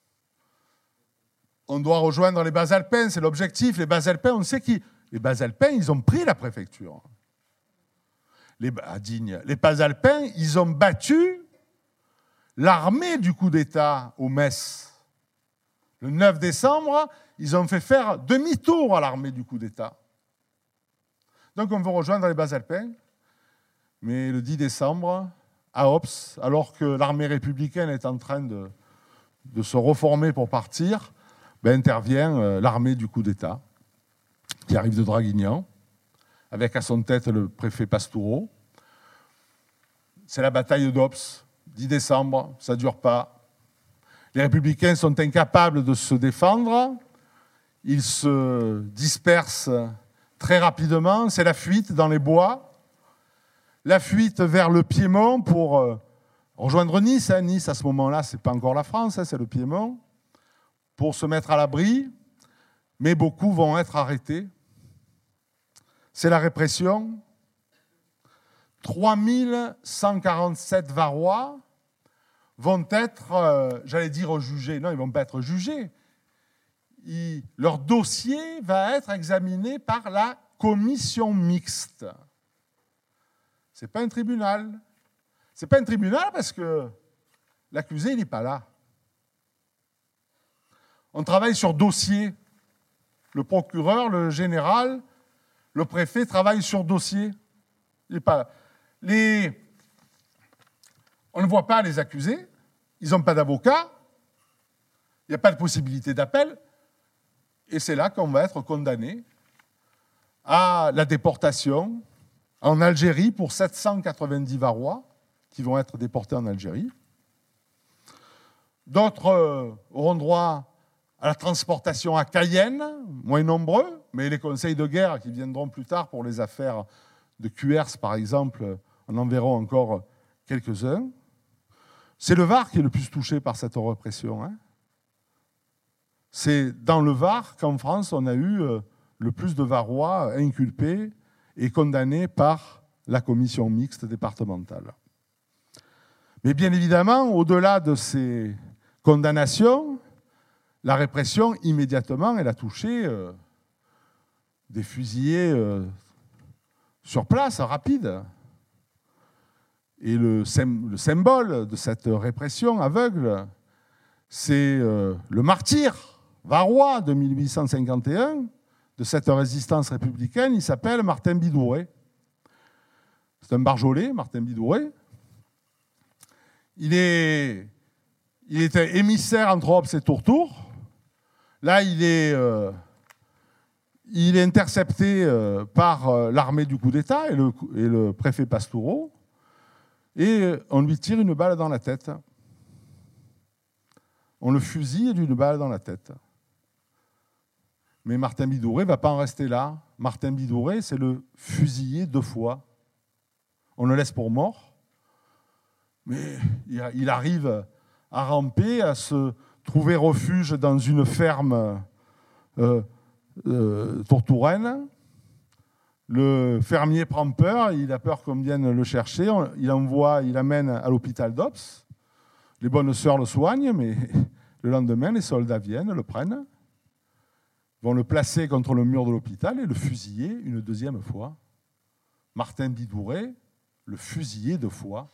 on doit rejoindre les Bas-Alpins, c'est l'objectif. Les Bas-Alpins, on sait qui. Les Bas-Alpins, ils ont pris la préfecture. À Digne. Les Bas-Alpins, ils ont battu l'armée du coup d'État au Metz. Le 9 décembre, ils ont fait faire demi-tour à l'armée du coup d'État. Donc on veut rejoindre les Bas-Alpins, mais le 10 décembre, à Ops, alors que l'armée républicaine est en train de se reformer pour partir, intervient l'armée du coup d'État, qui arrive de Draguignan, avec à son tête le préfet Pastoureau. C'est la bataille d'Ops, 10 décembre, ça ne dure pas. Les républicains sont incapables de se défendre, ils se dispersent très rapidement, c'est la fuite dans les bois, la fuite vers le Piémont pour rejoindre Nice. Nice, à ce moment-là, ce n'est pas encore la France, c'est le Piémont, pour se mettre à l'abri, mais beaucoup vont être arrêtés. C'est la répression. 3147 Varois vont être, j'allais dire jugés. Non, ils ne vont pas être jugés. Leur dossier va être examiné par la commission mixte. Ce n'est pas un tribunal. Ce n'est pas un tribunal parce que l'accusé, il n'est pas là. On travaille sur dossier. Le procureur, le général, le préfet travaille sur dossier. Il n'est pas là. On ne voit pas les accusés. Ils n'ont pas d'avocat. Il n'y a pas de possibilité d'appel. Et c'est là qu'on va être condamné à la déportation en Algérie pour 790 Varois qui vont être déportés en Algérie. D'autres auront droit à la transportation à Cayenne, moins nombreux, mais les conseils de guerre qui viendront plus tard pour les affaires de Cuers, par exemple, en enverront encore quelques-uns. C'est le Var qui est le plus touché par cette répression. C'est dans le Var qu'en France, on a eu le plus de Varois inculpés et condamnés par la commission mixte départementale. Mais bien évidemment, au-delà de ces condamnations, la répression, immédiatement, elle a touché des fusillés sur place, rapides. Et le symbole de cette répression aveugle, c'est le martyr varois de 1851, de cette résistance républicaine. Il s'appelle Martin Bidouret. C'est un Barjolais, Martin Bidouret. Il était émissaire entre Ops et Tourtour. Là, il est intercepté par l'armée du coup d'État et le préfet Pastoureau. Et on lui tire une balle dans la tête. On le fusille d'une balle dans la tête. Mais Martin Bidouret ne va pas en rester là. Martin Bidouret, c'est le fusillé 2 fois. On le laisse pour mort. mais il arrive à ramper, à se trouver refuge dans une ferme tourtouraine. Le fermier prend peur, il a peur qu'on vienne le chercher, il amène à l'hôpital d'Ops. Les bonnes sœurs le soignent, mais le lendemain, les soldats viennent, le prennent, vont le placer contre le mur de l'hôpital et le fusiller une deuxième fois. Martin Bidouret, le fusillé 2 fois.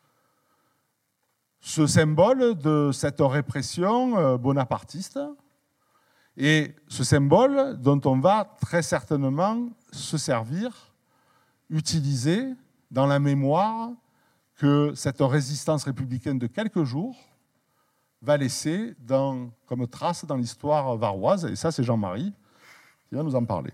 Ce symbole de cette répression bonapartiste, et ce symbole dont on va très certainement se servir, utiliser dans la mémoire que cette résistance républicaine de quelques jours va laisser comme trace dans l'histoire varoise. Et ça, c'est Jean-Marie qui va nous en parler.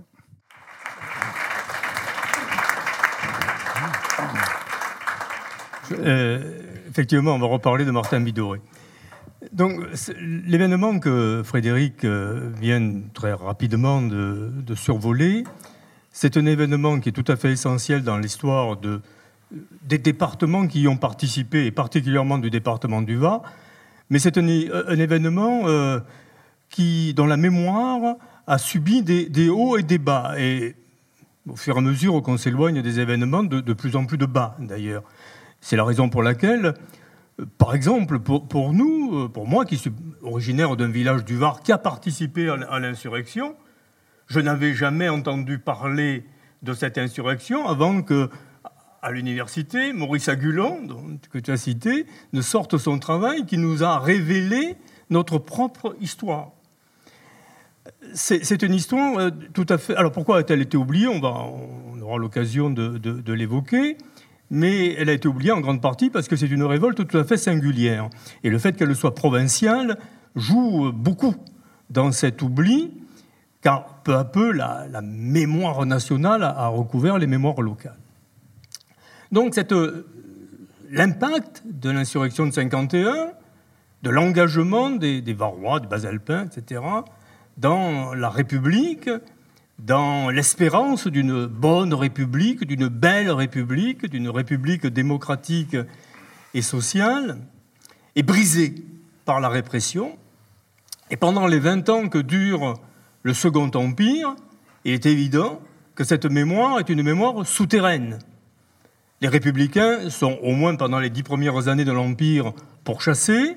Effectivement, on va reparler de Martin Bidouret. Donc, l'événement que Frédéric vient très rapidement de survoler, c'est un événement qui est tout à fait essentiel dans l'histoire des départements qui y ont participé, et particulièrement du département du Var. Mais c'est un événement dont la mémoire a subi des hauts et des bas. Et au fur et à mesure qu'on s'éloigne des événements, de plus en plus de bas, d'ailleurs. C'est la raison pour laquelle, par exemple, pour moi qui suis originaire d'un village du Var qui a participé à l'insurrection, je n'avais jamais entendu parler de cette insurrection avant que, à l'université, Maurice Agulon, que tu as cité, ne sorte son travail qui nous a révélé notre propre histoire. C'est une histoire tout à fait... Alors pourquoi a-t-elle été oubliée ? On aura l'occasion de l'évoquer. Mais elle a été oubliée en grande partie parce que c'est une révolte tout à fait singulière. Et le fait qu'elle soit provinciale joue beaucoup dans cet oubli, car peu à peu, la mémoire nationale a recouvert les mémoires locales. Donc l'impact de l'insurrection de 1951, de l'engagement des Varois, des Bas-Alpins, etc., dans la République, dans l'espérance d'une bonne République, d'une belle République, d'une République démocratique et sociale, est brisée par la répression. Et pendant les 20 ans que dure le Second Empire, il est évident que cette mémoire est une mémoire souterraine. Les républicains sont, au moins pendant les 10 premières années de l'Empire, pourchassés,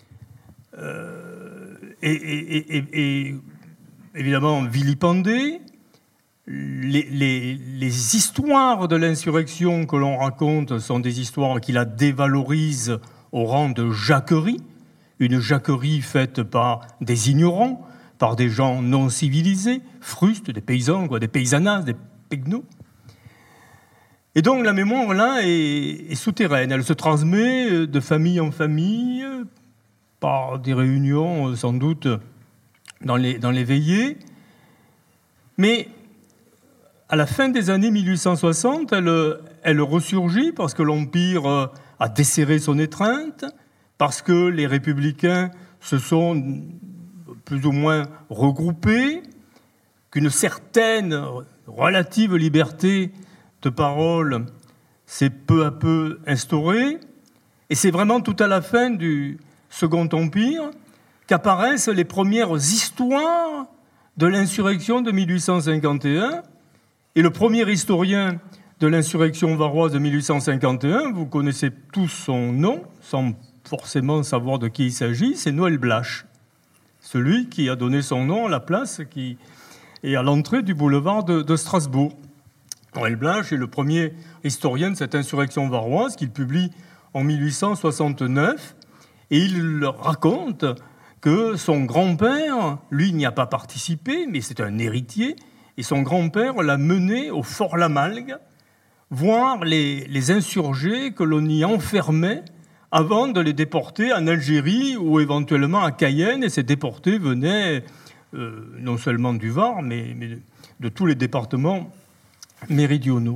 et évidemment vilipendés. Les histoires de l'insurrection que l'on raconte sont des histoires qui la dévalorisent au rang de jacquerie, une jacquerie faite par des ignorants, par des gens non civilisés, frustes, des paysans, des paysannas, des pygnos. Et donc la mémoire, là, est souterraine. Elle se transmet de famille en famille, par des réunions, sans doute, dans les veillées. Mais à la fin des années 1860, elle ressurgit parce que l'Empire a desserré son étreinte, parce que les républicains se sont plus ou moins regroupés, qu'une certaine relative liberté de parole s'est peu à peu instaurée. Et c'est vraiment tout à la fin du Second Empire qu'apparaissent les premières histoires de l'insurrection de 1851. Et le premier historien de l'insurrection varoise de 1851, vous connaissez tous son nom, sans forcément savoir de qui il s'agit, c'est Noël Blache, celui qui a donné son nom à la place qui est à l'entrée du boulevard de Strasbourg. Noël Blache est le premier historien de cette insurrection varoise qu'il publie en 1869, et il raconte que son grand-père, lui, n'y a pas participé, mais c'est un héritier, et son grand-père l'a mené au Fort Lamalgue, voir les insurgés que l'on y enfermait avant de les déporter en Algérie ou éventuellement à Cayenne. Et ces déportés venaient non seulement du Var, mais de tous les départements méridionaux.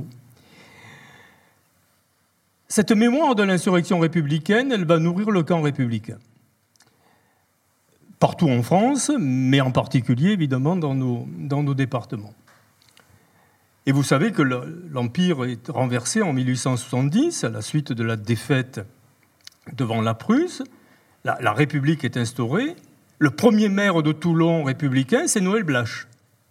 Cette mémoire de l'insurrection républicaine, elle va nourrir le camp républicain. Partout en France, mais en particulier, évidemment, dans nos départements. Et vous savez que l'Empire est renversé en 1870, à la suite de la défaite devant la Prusse, la République est instaurée. Le premier maire de Toulon républicain, c'est Noël Blache.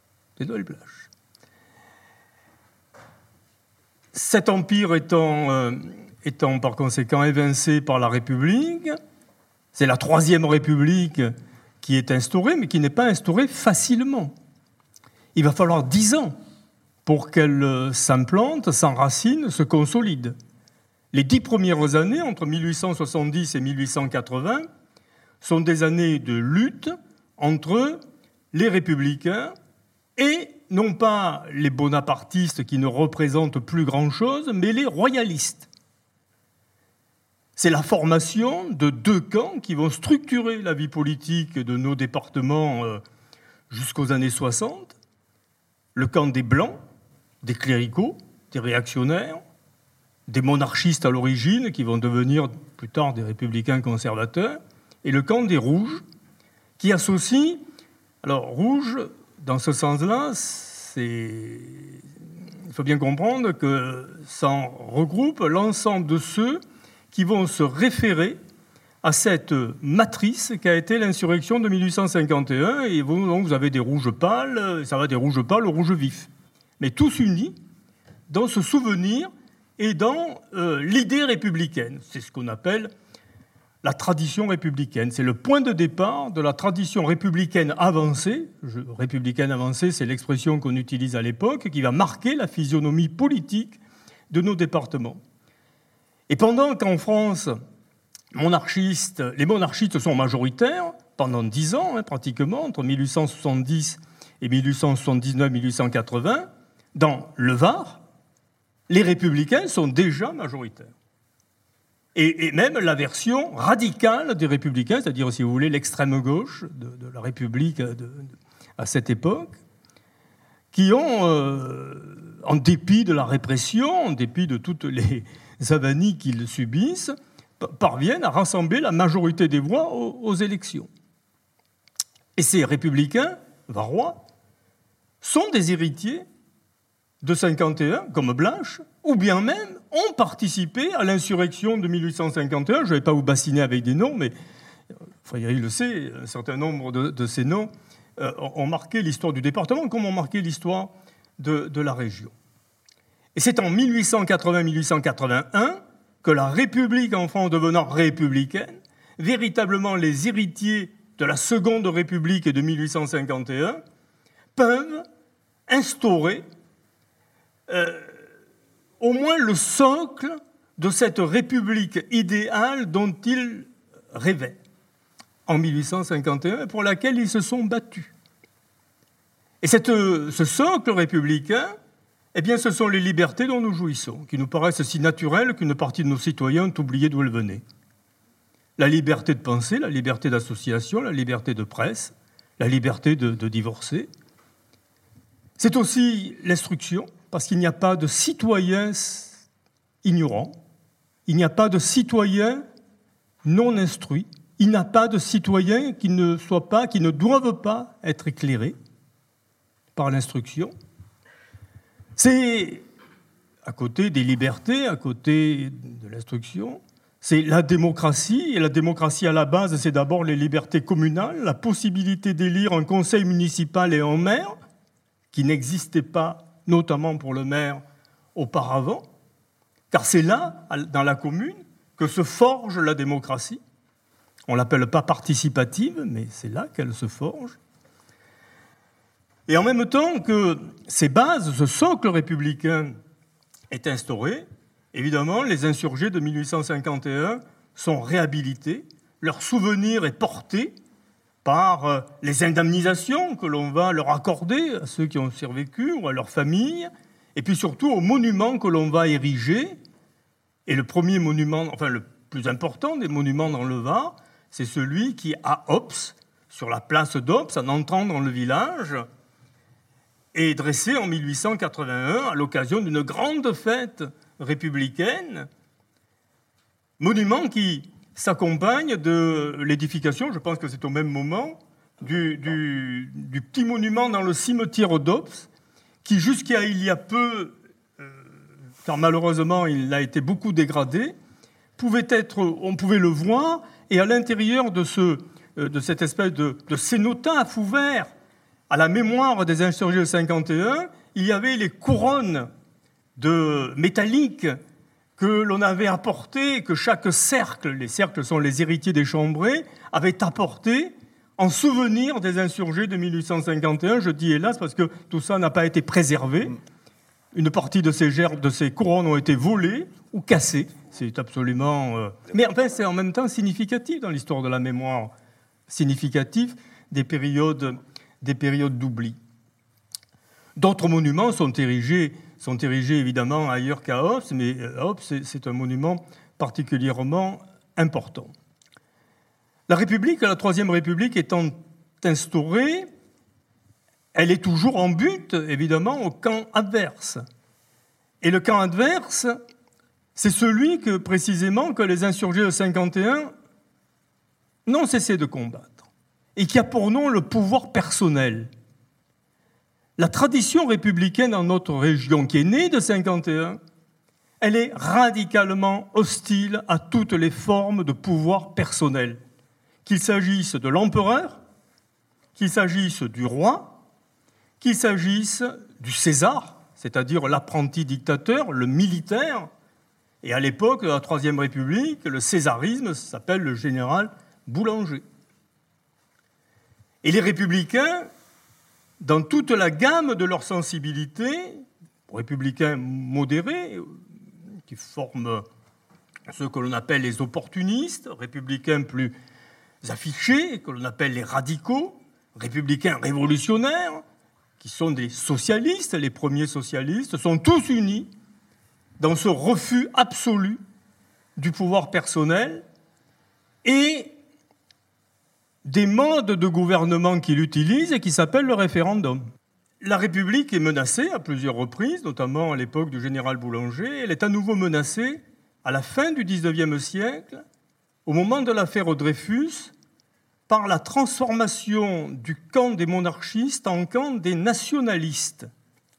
Cet empire étant par conséquent évincé par la République, c'est la Troisième République qui est instaurée, mais qui n'est pas instaurée facilement. Il va falloir 10 ans pour qu'elle s'implante, s'enracine, se consolide. Les 10 premières années, entre 1870 et 1880, sont des années de lutte entre les républicains et non pas les bonapartistes qui ne représentent plus grand-chose, mais les royalistes. C'est la formation de 2 camps qui vont structurer la vie politique de nos départements jusqu'aux années 60. Le camp des Blancs, des cléricaux, des réactionnaires, des monarchistes à l'origine, qui vont devenir plus tard des républicains conservateurs, et le camp des Rouges, qui associe... Alors, Rouge, dans ce sens-là, il faut bien comprendre que ça regroupe l'ensemble de ceux qui vont se référer à cette matrice qu'a été l'insurrection de 1851, et vous avez des rouges pâles, ça va des rouges pâles aux rouges vifs. Mais tous unis dans ce souvenir et dans l'idée républicaine. C'est ce qu'on appelle la tradition républicaine. C'est le point de départ de la tradition républicaine avancée. Républicaine avancée, c'est l'expression qu'on utilise à l'époque, qui va marquer la physionomie politique de nos départements. Et pendant qu'en France, les monarchistes sont majoritaires, pendant 10 ans, pratiquement, entre 1870 et 1879-1880, dans le Var, les républicains sont déjà majoritaires. Et même la version radicale des républicains, c'est-à-dire, si vous voulez, l'extrême gauche de la République à cette époque, qui ont, en dépit de la répression, en dépit de toutes les avanies qu'ils subissent, parviennent à rassembler la majorité des voix aux élections. Et ces républicains varois sont des héritiers de 51, comme Blache, ou bien même ont participé à l'insurrection de 1851. Je ne vais pas vous bassiner avec des noms, mais Frédéric le sait, un certain nombre de ces noms ont marqué l'histoire du département, comme ont marqué l'histoire de la région. Et c'est en 1880-1881 que la République, en France devenant républicaine, véritablement les héritiers de la Seconde République et de 1851, peuvent instaurer au moins le socle de cette République idéale dont ils rêvaient en 1851 et pour laquelle ils se sont battus. Et ce socle républicain, eh bien, ce sont les libertés dont nous jouissons, qui nous paraissent si naturelles qu'une partie de nos citoyens ont oublié d'où elles venaient. La liberté de penser, la liberté d'association, la liberté de presse, la liberté de divorcer. C'est aussi l'instruction, parce qu'il n'y a pas de citoyens ignorants, il n'y a pas de citoyens non instruits, il n'y a pas de citoyens qui ne doivent pas être éclairés par l'instruction. C'est, à côté des libertés, à côté de l'instruction, c'est la démocratie. Et la démocratie, à la base, c'est d'abord les libertés communales, la possibilité d'élire un conseil municipal et un maire, qui n'existait pas, notamment pour le maire, auparavant. Car c'est là, dans la commune, que se forge la démocratie. On ne l'appelle pas participative, mais c'est là qu'elle se forge. Et en même temps que ces bases, ce socle républicain est instauré, évidemment, les insurgés de 1851 sont réhabilités, leur souvenir est porté par les indemnisations que l'on va leur accorder à ceux qui ont survécu ou à leurs familles, et puis surtout aux monuments que l'on va ériger. Et le premier monument, enfin le plus important des monuments dans le Var, c'est celui qui, à Ops, sur la place d'Ops, en entrant dans le village, est dressé en 1881 à l'occasion d'une grande fête républicaine, monument qui s'accompagne de l'édification, je pense que c'est au même moment, du petit monument dans le cimetière d'Ops, qui jusqu'à il y a peu, car malheureusement il a été beaucoup dégradé, on pouvait le voir, et à l'intérieur de cette espèce de cénotaphe ouvert à la mémoire des insurgés de 51, il y avait les couronnes métalliques que l'on avait apportées, que chaque cercle, les cercles sont les héritiers des Chambrés, avait apporté en souvenir des insurgés de 1851. Je dis hélas parce que tout ça n'a pas été préservé. Une partie de ces couronnes ont été volées ou cassées. C'est absolument... Mais enfin, c'est en même temps significatif dans l'histoire de la mémoire, significatif des périodes d'oubli. D'autres monuments sont érigés évidemment ailleurs qu'à Hobbes, mais Hobbes, c'est un monument particulièrement important. La République, la Troisième République étant instaurée, elle est toujours en but, évidemment, au camp adverse. Et le camp adverse, c'est celui précisément que les insurgés de 51 n'ont cessé de combattre, et qui a pour nom le pouvoir personnel. La tradition républicaine dans notre région, qui est née de 51, elle est radicalement hostile à toutes les formes de pouvoir personnel, qu'il s'agisse de l'empereur, qu'il s'agisse du roi, qu'il s'agisse du César, c'est-à-dire l'apprenti dictateur, le militaire, et à l'époque de la Troisième République, le césarisme s'appelle le général Boulanger. Et les républicains, dans toute la gamme de leur sensibilité, républicains modérés, qui forment ceux que l'on appelle les opportunistes, républicains plus affichés, que l'on appelle les radicaux, républicains révolutionnaires, qui sont des socialistes, les premiers socialistes, sont tous unis dans ce refus absolu du pouvoir personnel et des modes de gouvernement qu'il utilise et qui s'appellent le référendum. La République est menacée à plusieurs reprises, notamment à l'époque du général Boulanger. Elle est à nouveau menacée à la fin du XIXe siècle, au moment de l'affaire Dreyfus, par la transformation du camp des monarchistes en camp des nationalistes,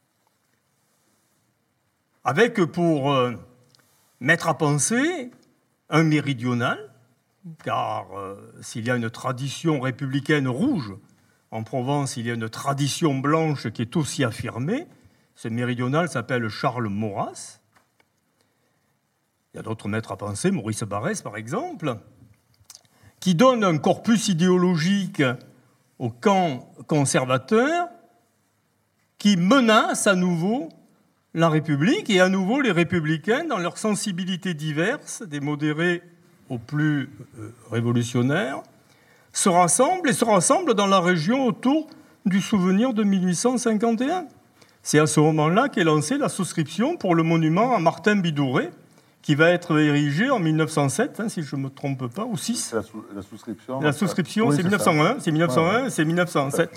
avec pour maître à penser un méridional, car s'il y a une tradition républicaine rouge, en Provence, il y a une tradition blanche qui est aussi affirmée. Ce méridional s'appelle Charles Maurras. Il y a d'autres maîtres à penser, Maurice Barrès par exemple, qui donne un corpus idéologique au camp conservateur qui menace à nouveau la République et à nouveau les républicains dans leurs sensibilités diverses, des modérés aux plus révolutionnaires, se rassemblent dans la région autour du souvenir de 1851. C'est à ce moment-là qu'est lancée la souscription pour le monument à Martin Bidouret, qui va être érigé en 1907, si je ne me trompe pas, ou 6. La souscription. La souscription, oui, c'est 1901, c'est 1901, ouais. C'est 1907.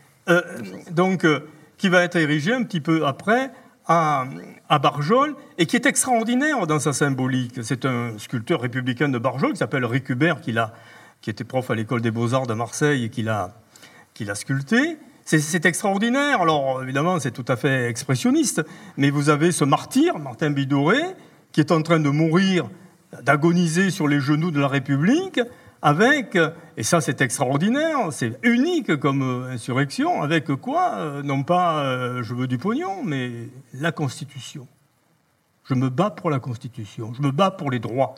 Qui va être érigé un petit peu après à Barjol, et qui est extraordinaire dans sa symbolique. C'est un sculpteur républicain de Barjol qui s'appelle Récubert, qui était prof à l'école des Beaux-Arts de Marseille et qui l'a sculpté. C'est extraordinaire. Alors, évidemment, c'est tout à fait expressionniste, mais vous avez ce martyr, Martin Bidouret, qui est en train de mourir, d'agoniser sur les genoux de la République, avec, et ça c'est extraordinaire, c'est unique comme insurrection, avec quoi ? Non pas je veux du pognon, mais la Constitution. Je me bats pour la Constitution, je me bats pour les droits.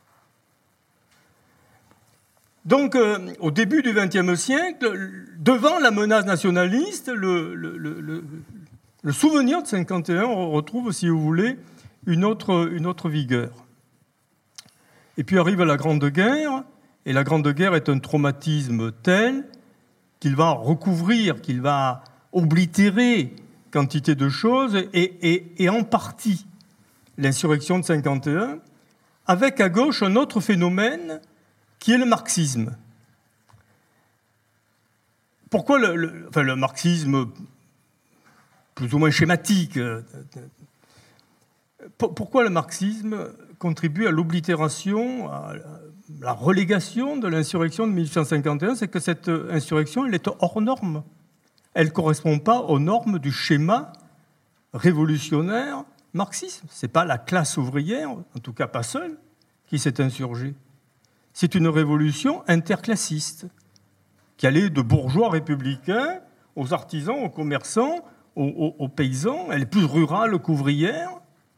Donc, au début du XXe siècle, devant la menace nationaliste, le souvenir de 51 retrouve, si vous voulez, une autre vigueur. Et puis arrive la Grande Guerre, et la Grande Guerre est un traumatisme tel qu'il va recouvrir, qu'il va oblitérer quantité de choses, et en partie l'insurrection de 51, avec à gauche un autre phénomène qui est le marxisme. Pourquoi le marxisme plus ou moins schématique? Pourquoi le marxisme contribue à l'oblitération, à la relégation de l'insurrection de 1851? C'est que cette insurrection, elle est hors norme. Elle ne correspond pas aux normes du schéma révolutionnaire marxiste. Ce n'est pas la classe ouvrière, en tout cas pas seule, qui s'est insurgée. C'est une révolution interclassiste qui allait de bourgeois républicains aux artisans, aux commerçants, aux paysans. Elle est plus rurale qu'ouvrière.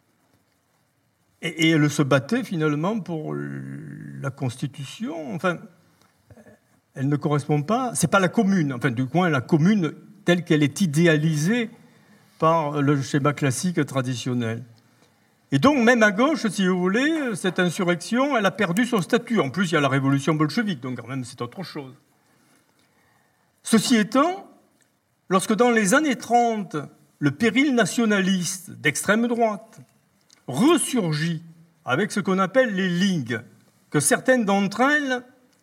Et elle se battait finalement pour la Constitution. Enfin, elle ne correspond pas. C'est pas la commune. Enfin, du moins, la commune telle qu'elle est idéalisée par le schéma classique traditionnel. Et donc, même à gauche, si vous voulez, cette insurrection, elle a perdu son statut. En plus, il y a la révolution bolchevique, donc quand même, c'est autre chose. Ceci étant, lorsque dans les années 30, le péril nationaliste d'extrême droite ressurgit avec ce qu'on appelle les ligues, que certaines d'entre elles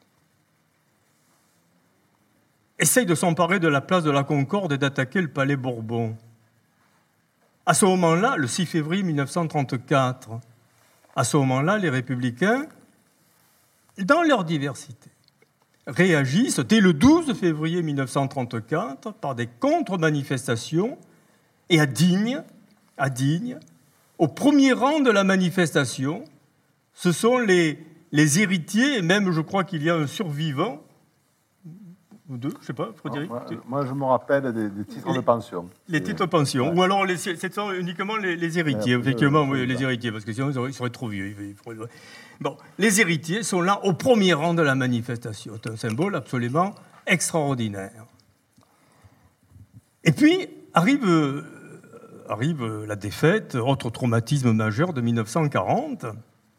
essayent de s'emparer de la place de la Concorde et d'attaquer le palais Bourbon. À ce moment-là, le 6 février 1934, à ce moment-là, les Républicains, dans leur diversité, réagissent dès le 12 février 1934 par des contre-manifestations et à Digne, au premier rang de la manifestation, ce sont les héritiers, et même je crois qu'il y a un survivant, ou deux, je ne sais pas, Frédéric. Moi, je me rappelle des titres de pension. Les titres de pension, ou alors c'est uniquement les héritiers, effectivement, oui, les héritiers, parce que sinon ils seraient trop vieux. Bon, les héritiers sont là au premier rang de la manifestation. C'est un symbole absolument extraordinaire. Et puis arrive la défaite, autre traumatisme majeur de 1940,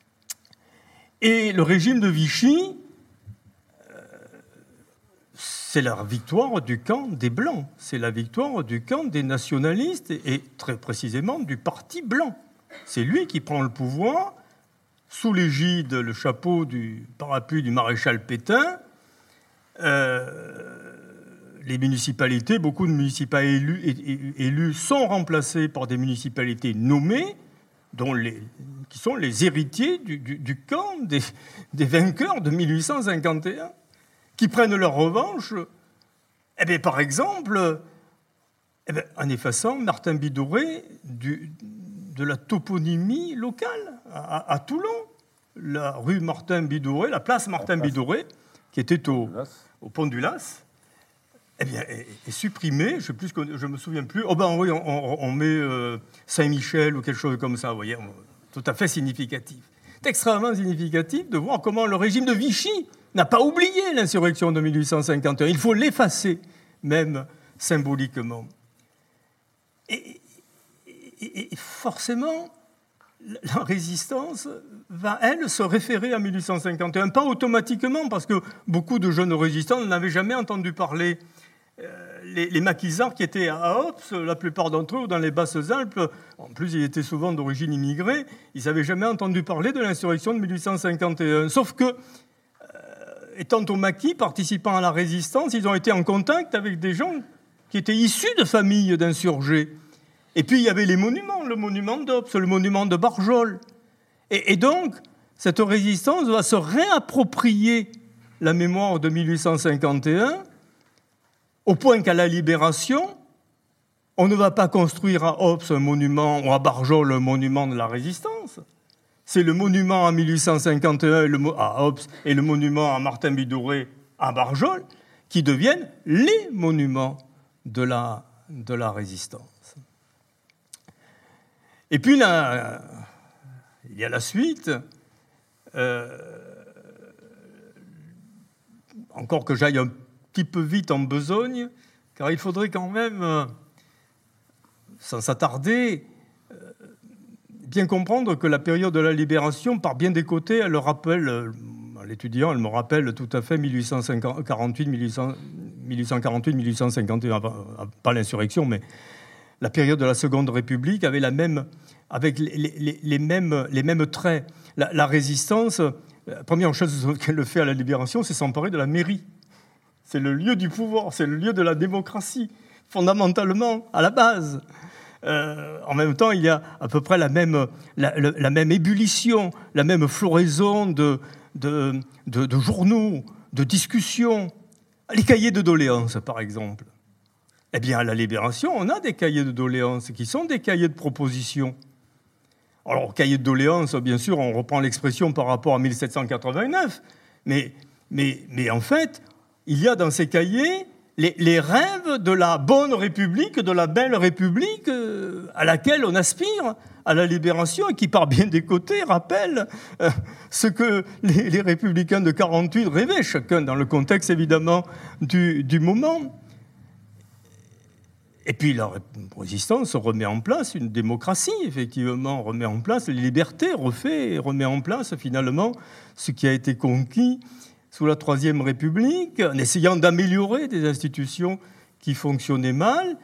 et le régime de Vichy, c'est la victoire du camp des Blancs, c'est la victoire du camp des nationalistes et très précisément du Parti blanc. C'est lui qui prend le pouvoir sous l'égide, le chapeau du parapluie du maréchal Pétain. Les municipalités, beaucoup de municipalités élus sont remplacés par des municipalités nommées, qui sont les héritiers du camp des vainqueurs de 1851, qui prennent leur revanche, par exemple, en effaçant Martin Bidouret de la toponymie locale à Toulon. La rue Martin Bidouret, la place Martin Bidouret, qui était au pont du Las, est supprimée. Je ne me souviens plus. Oui, on met Saint-Michel ou quelque chose comme ça, vous voyez, tout à fait significatif. C'est extrêmement significatif de voir comment le régime de Vichy n'a pas oublié l'insurrection de 1851. Il faut l'effacer, même symboliquement. Et forcément, la résistance va, elle, se référer à 1851. Pas automatiquement, parce que beaucoup de jeunes résistants n'avaient jamais entendu parler. Les maquisards qui étaient à Ops, la plupart d'entre eux, dans les Basses-Alpes, en plus ils étaient souvent d'origine immigrée, ils n'avaient jamais entendu parler de l'insurrection de 1851. Sauf que, étant au maquis, participant à la résistance, ils ont été en contact avec des gens qui étaient issus de familles d'insurgés. Et puis il y avait les monuments, le monument d'Ops, le monument de Barjol. Et donc, cette résistance va se réapproprier la mémoire de 1851, au point qu'à la Libération, on ne va pas construire à Ops un monument, ou à Barjol un monument de la Résistance. C'est le monument à 1851 à Ops et le monument à Martin Bidouret à Barjol qui deviennent les monuments de la Résistance. Et puis là, il y a la suite. Encore que j'aille un petit peu vite en besogne, car il faudrait quand même, sans s'attarder, bien comprendre que la période de la Libération, par bien des côtés, elle rappelle, l'étudiant, elle me rappelle tout à fait 1848-1851, pas l'insurrection, mais la période de la Seconde République avec les mêmes traits. La résistance, la première chose qu'elle fait à la Libération, c'est s'emparer de la mairie. C'est le lieu du pouvoir, c'est le lieu de la démocratie, fondamentalement, à la base. En même temps, il y a à peu près la même ébullition, la même floraison de journaux, de discussions. Les cahiers de doléances, par exemple. Eh bien, à la Libération, on a des cahiers de doléances qui sont des cahiers de propositions. Alors, cahier de doléances, bien sûr, on reprend l'expression par rapport à 1789, mais en fait, il y a dans ces cahiers les rêves de la bonne République, de la belle République à laquelle on aspire, à la libération, et qui, par bien des côtés, rappelle ce que les républicains de 48 rêvaient, chacun dans le contexte, évidemment, du moment. Et puis la résistance remet en place une démocratie, effectivement, remet en place les libertés, remet en place, finalement, ce qui a été conquis sous la Troisième République, en essayant d'améliorer des institutions qui fonctionnaient mal.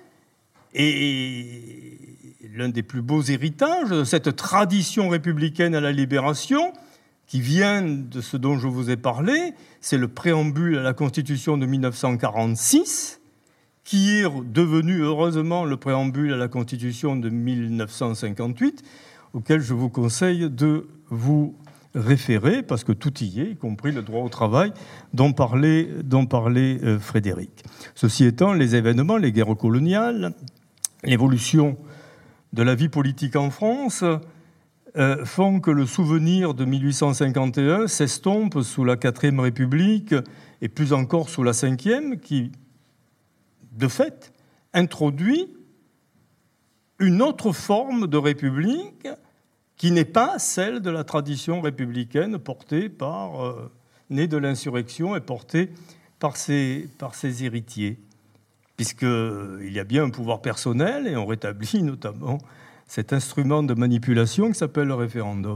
Et l'un des plus beaux héritages de cette tradition républicaine à la libération, qui vient de ce dont je vous ai parlé, c'est le préambule à la Constitution de 1946, qui est devenu heureusement le préambule à la Constitution de 1958, auquel je vous conseille de vous référé, parce que tout y est, y compris le droit au travail dont parlait Frédéric. Ceci étant, les événements, les guerres coloniales, l'évolution de la vie politique en France font que le souvenir de 1851 s'estompe sous la 4e République et plus encore sous la 5e, qui, de fait, introduit une autre forme de République qui n'est pas celle de la tradition républicaine née de l'insurrection et portée par ses héritiers, puisqu'il y a bien un pouvoir personnel et on rétablit notamment cet instrument de manipulation qui s'appelle le référendum.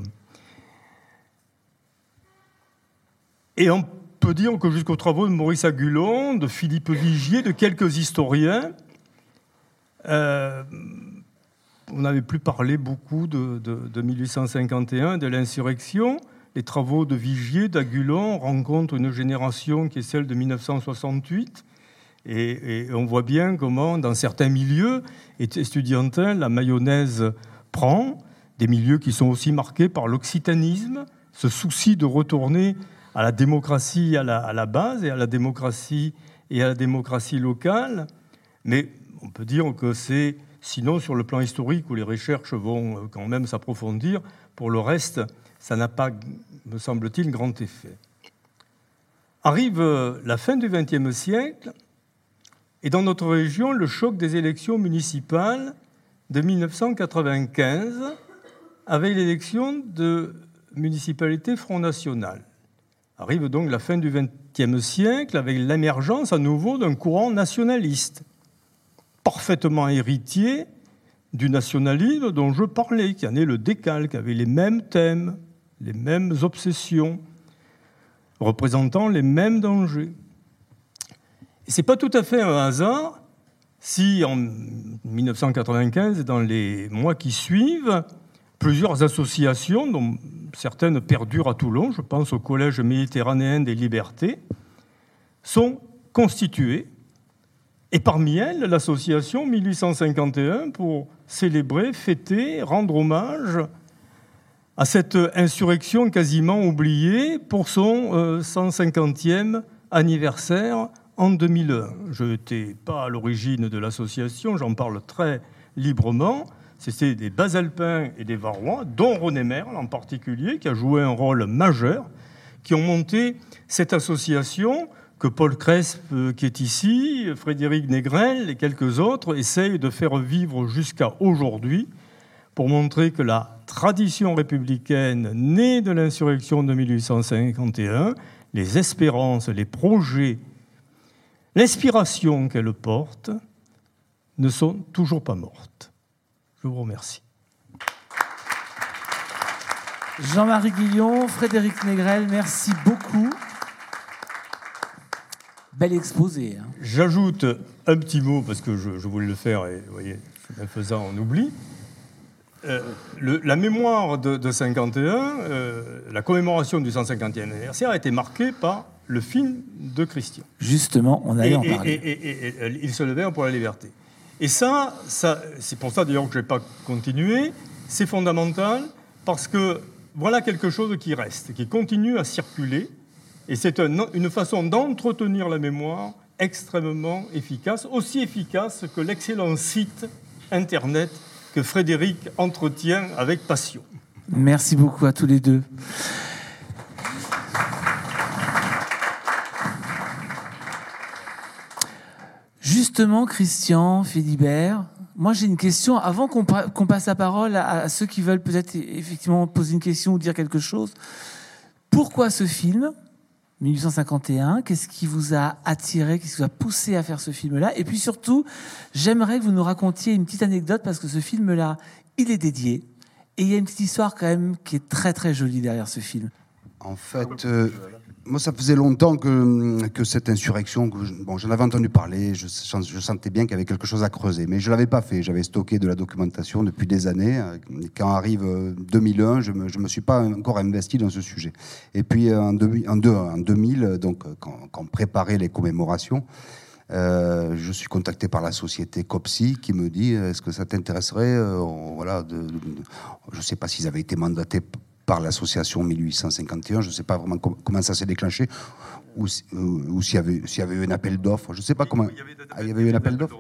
Et on peut dire que jusqu'aux travaux de Maurice Agulon, de Philippe Vigier, de quelques historiens, on n'avait plus parlé beaucoup de 1851, de l'insurrection. Les travaux de Vigier, d'Agulon rencontrent une génération qui est celle de 1968. Et on voit bien comment, dans certains milieux estudiantins, la mayonnaise prend, des milieux qui sont aussi marqués par l'occitanisme, ce souci de retourner à la démocratie à la base et à la démocratie locale. Mais on peut dire que c'est, sinon sur le plan historique où les recherches vont quand même s'approfondir, pour le reste, ça n'a pas, me semble-t-il, grand effet. Arrive la fin du XXe siècle, et dans notre région, le choc des élections municipales de 1995 avec l'élection de municipalité Front National. Arrive donc la fin du XXe siècle avec l'émergence à nouveau d'un courant nationaliste, parfaitement héritier du nationalisme dont je parlais, qui en est le décalque, avait les mêmes thèmes, les mêmes obsessions, représentant les mêmes dangers. Et ce n'est pas tout à fait un hasard si, en 1995 et dans les mois qui suivent, plusieurs associations, dont certaines perdurent à Toulon, je pense au Collège méditerranéen des libertés, sont constituées. Et parmi elles, l'association 1851 pour célébrer, fêter, rendre hommage à cette insurrection quasiment oubliée pour son 150e anniversaire en 2001. Je n'étais pas à l'origine de l'association, j'en parle très librement. C'était des Basalpins et des Varois, dont René Merle en particulier, qui a joué un rôle majeur, qui ont monté cette association que Paul Cresp, qui est ici, Frédéric Négrel et quelques autres essayent de faire vivre jusqu'à aujourd'hui pour montrer que la tradition républicaine née de l'insurrection de 1851, les espérances, les projets, l'inspiration qu'elle porte ne sont toujours pas mortes. Je vous remercie. Jean-Marie Guillon, Frédéric Négrel, merci beaucoup. Bel exposé. Hein. J'ajoute un petit mot, parce que je voulais le faire, et vous voyez, en le faisant, on oublie. La mémoire de 51, la commémoration du 150e anniversaire a été marquée par le film de Christian. Justement, on allait en parler. Et il se levait pour la liberté. Et ça, c'est pour ça d'ailleurs que je n'ai pas continué, c'est fondamental, parce que voilà quelque chose qui reste, qui continue à circuler, et c'est une façon d'entretenir la mémoire extrêmement efficace, aussi efficace que l'excellent site Internet que Frédéric entretient avec passion. Merci beaucoup à tous les deux. Justement, Christian, Philibert, moi j'ai une question. Avant qu'on passe la parole à ceux qui veulent peut-être effectivement poser une question ou dire quelque chose, pourquoi ce film 1851, qu'est-ce qui vous a attiré, qu'est-ce qui vous a poussé à faire ce film-là? Et puis surtout, j'aimerais que vous nous racontiez une petite anecdote, parce que ce film-là, il est dédié, et il y a une petite histoire quand même qui est très très jolie derrière ce film. En fait, moi, ça faisait longtemps que cette insurrection, j'en avais entendu parler, je sentais bien qu'il y avait quelque chose à creuser, mais je ne l'avais pas fait. J'avais stocké de la documentation depuis des années. Et quand arrive 2001, je ne me suis pas encore investi dans ce sujet. Et puis en 2000, donc, quand on préparait les commémorations, je suis contacté par la société COPSI qui me dit: est-ce que ça t'intéresserait je ne sais pas s'ils avaient été mandatés par l'association 1851, je ne sais pas vraiment comment ça s'est déclenché, ou s'il y avait eu un appel d'offres, je ne sais pas comment. Il y avait eu un appel d'offres.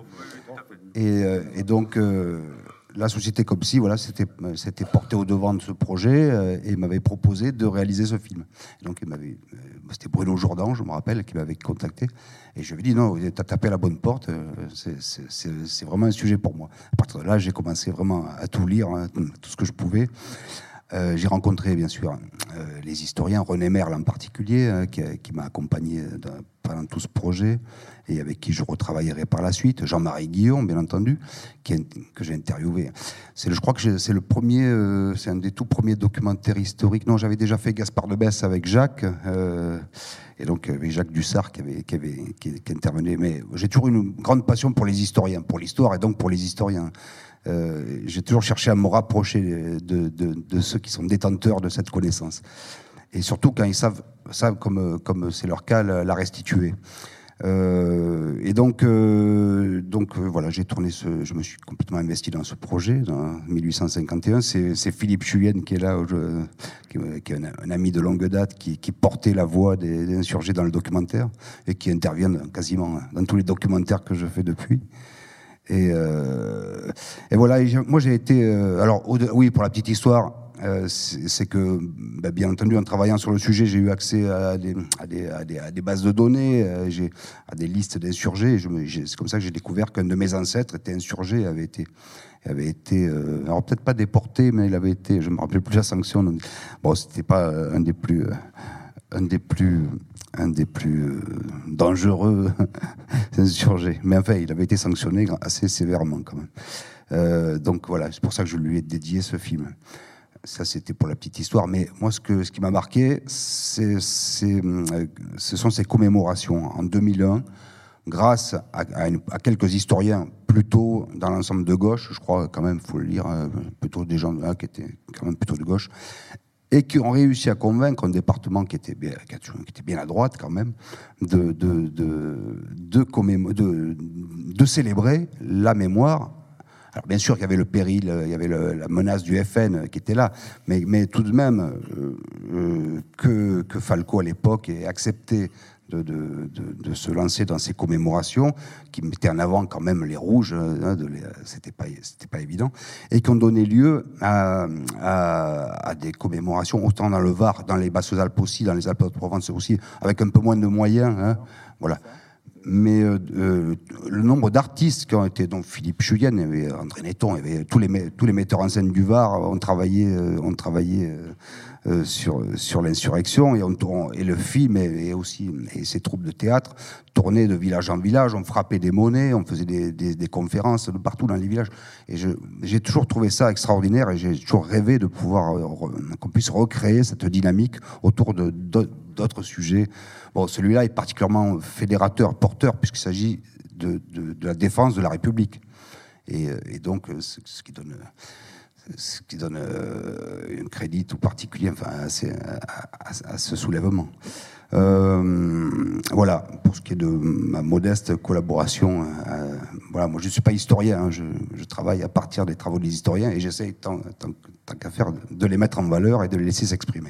Et donc, la société COPSI, voilà, s'était portée au devant de ce projet et m'avait proposé de réaliser ce film. Et donc, c'était Bruno Jourdan, je me rappelle, qui m'avait contacté. Et je lui ai dit: non, tu as tapé à la bonne porte, c'est vraiment un sujet pour moi. À partir de là, j'ai commencé vraiment à tout lire, tout ce que je pouvais. J'ai rencontré bien sûr les historiens, René Merle en particulier, qui m'a accompagné pendant tout ce projet et avec qui je retravaillerai par la suite. Jean-Marie Guillaume, bien entendu, que j'ai interviewé. Je crois que c'est le premier, c'est un des tout premiers documentaires historiques. Non, j'avais déjà fait Gaspard de Besse avec Jacques, et donc avec Jacques Dussart qui intervenait. Mais j'ai toujours une grande passion pour les historiens, pour l'histoire et donc pour les historiens. J'ai toujours cherché à me rapprocher de ceux qui sont détenteurs de cette connaissance. Et surtout quand ils savent comme c'est leur cas, la restituer. Et donc voilà, j'ai tourné je me suis complètement investi dans ce projet, dans 1851. C'est Philippe Chuyenne qui est là, qui est un ami de longue date, qui portait la voix des insurgés dans le documentaire et qui intervient quasiment dans tous les documentaires que je fais depuis. Et voilà, moi j'ai été... oui, pour la petite histoire, c'est que, bien entendu, en travaillant sur le sujet, j'ai eu accès à des bases de données, à des listes d'insurgés. C'est comme ça que j'ai découvert qu'un de mes ancêtres était insurgé, avait été alors peut-être pas déporté, mais il avait été, je me rappelle plus la sanction. Donc, bon, c'était pas un des plus dangereux insurgés. Mais enfin, il avait été sanctionné assez sévèrement quand même. Donc voilà, c'est pour ça que je lui ai dédié ce film. Ça, c'était pour la petite histoire. Mais moi, ce qui m'a marqué, ce sont ces commémorations. En 2001, grâce à quelques historiens plutôt dans l'ensemble de gauche, je crois quand même, il faut le lire, plutôt des gens là qui étaient quand même plutôt de gauche, et qui ont réussi à convaincre un département qui était bien à droite quand même, de célébrer la mémoire. Alors bien sûr qu'il y avait le péril, il y avait la menace du FN qui était là, mais tout de même que Falco à l'époque ait accepté de se lancer dans ces commémorations qui mettaient en avant quand même les rouges, c'était pas évident, et qui ont donné lieu à des commémorations autant dans le Var, dans les Basses-Alpes aussi, dans les Alpes-de-Provence aussi, avec un peu moins de moyens, voilà. Mais le nombre d'artistes qui ont été, donc Philippe Chuyenne, il y avait André Netton, il y avait tous les metteurs en scène du Var ont travaillé sur l'insurrection, et le film et ses troupes de théâtre tournaient de village en village, on frappait des monnaies, on faisait des conférences de partout dans les villages. Et j'ai toujours trouvé ça extraordinaire, et j'ai toujours rêvé de pouvoir qu'on puisse recréer cette dynamique autour d'autres sujets. Bon, celui-là est particulièrement fédérateur, porteur, puisqu'il s'agit de la défense de la République. Et donc, ce qui donne un crédit tout particulier, enfin, à ce soulèvement. Voilà, pour ce qui est de ma modeste collaboration. Voilà, moi, je ne suis pas historien, hein, je travaille à partir des travaux des historiens, et j'essaie, tant qu'à faire, de les mettre en valeur et de les laisser s'exprimer.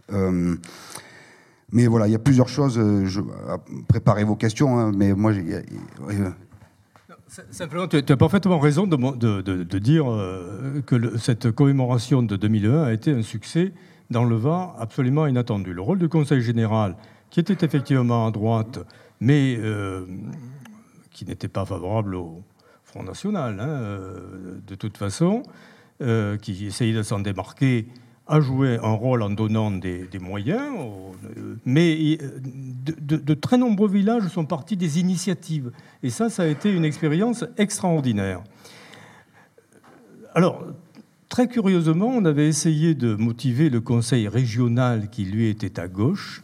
Mais voilà, il y a plusieurs choses. Préparez vos questions, hein, mais moi, Simplement, tu as parfaitement raison de dire que cette commémoration de 2001 a été un succès dans le Var absolument inattendu. Le rôle du Conseil général, qui était effectivement à droite, mais qui n'était pas favorable au Front National, de toute façon, qui essayait de s'en démarquer, a joué un rôle en donnant des moyens, mais de très nombreux villages sont partis des initiatives. Et ça a été une expérience extraordinaire. Alors, très curieusement, on avait essayé de motiver le conseil régional qui, lui, était à gauche.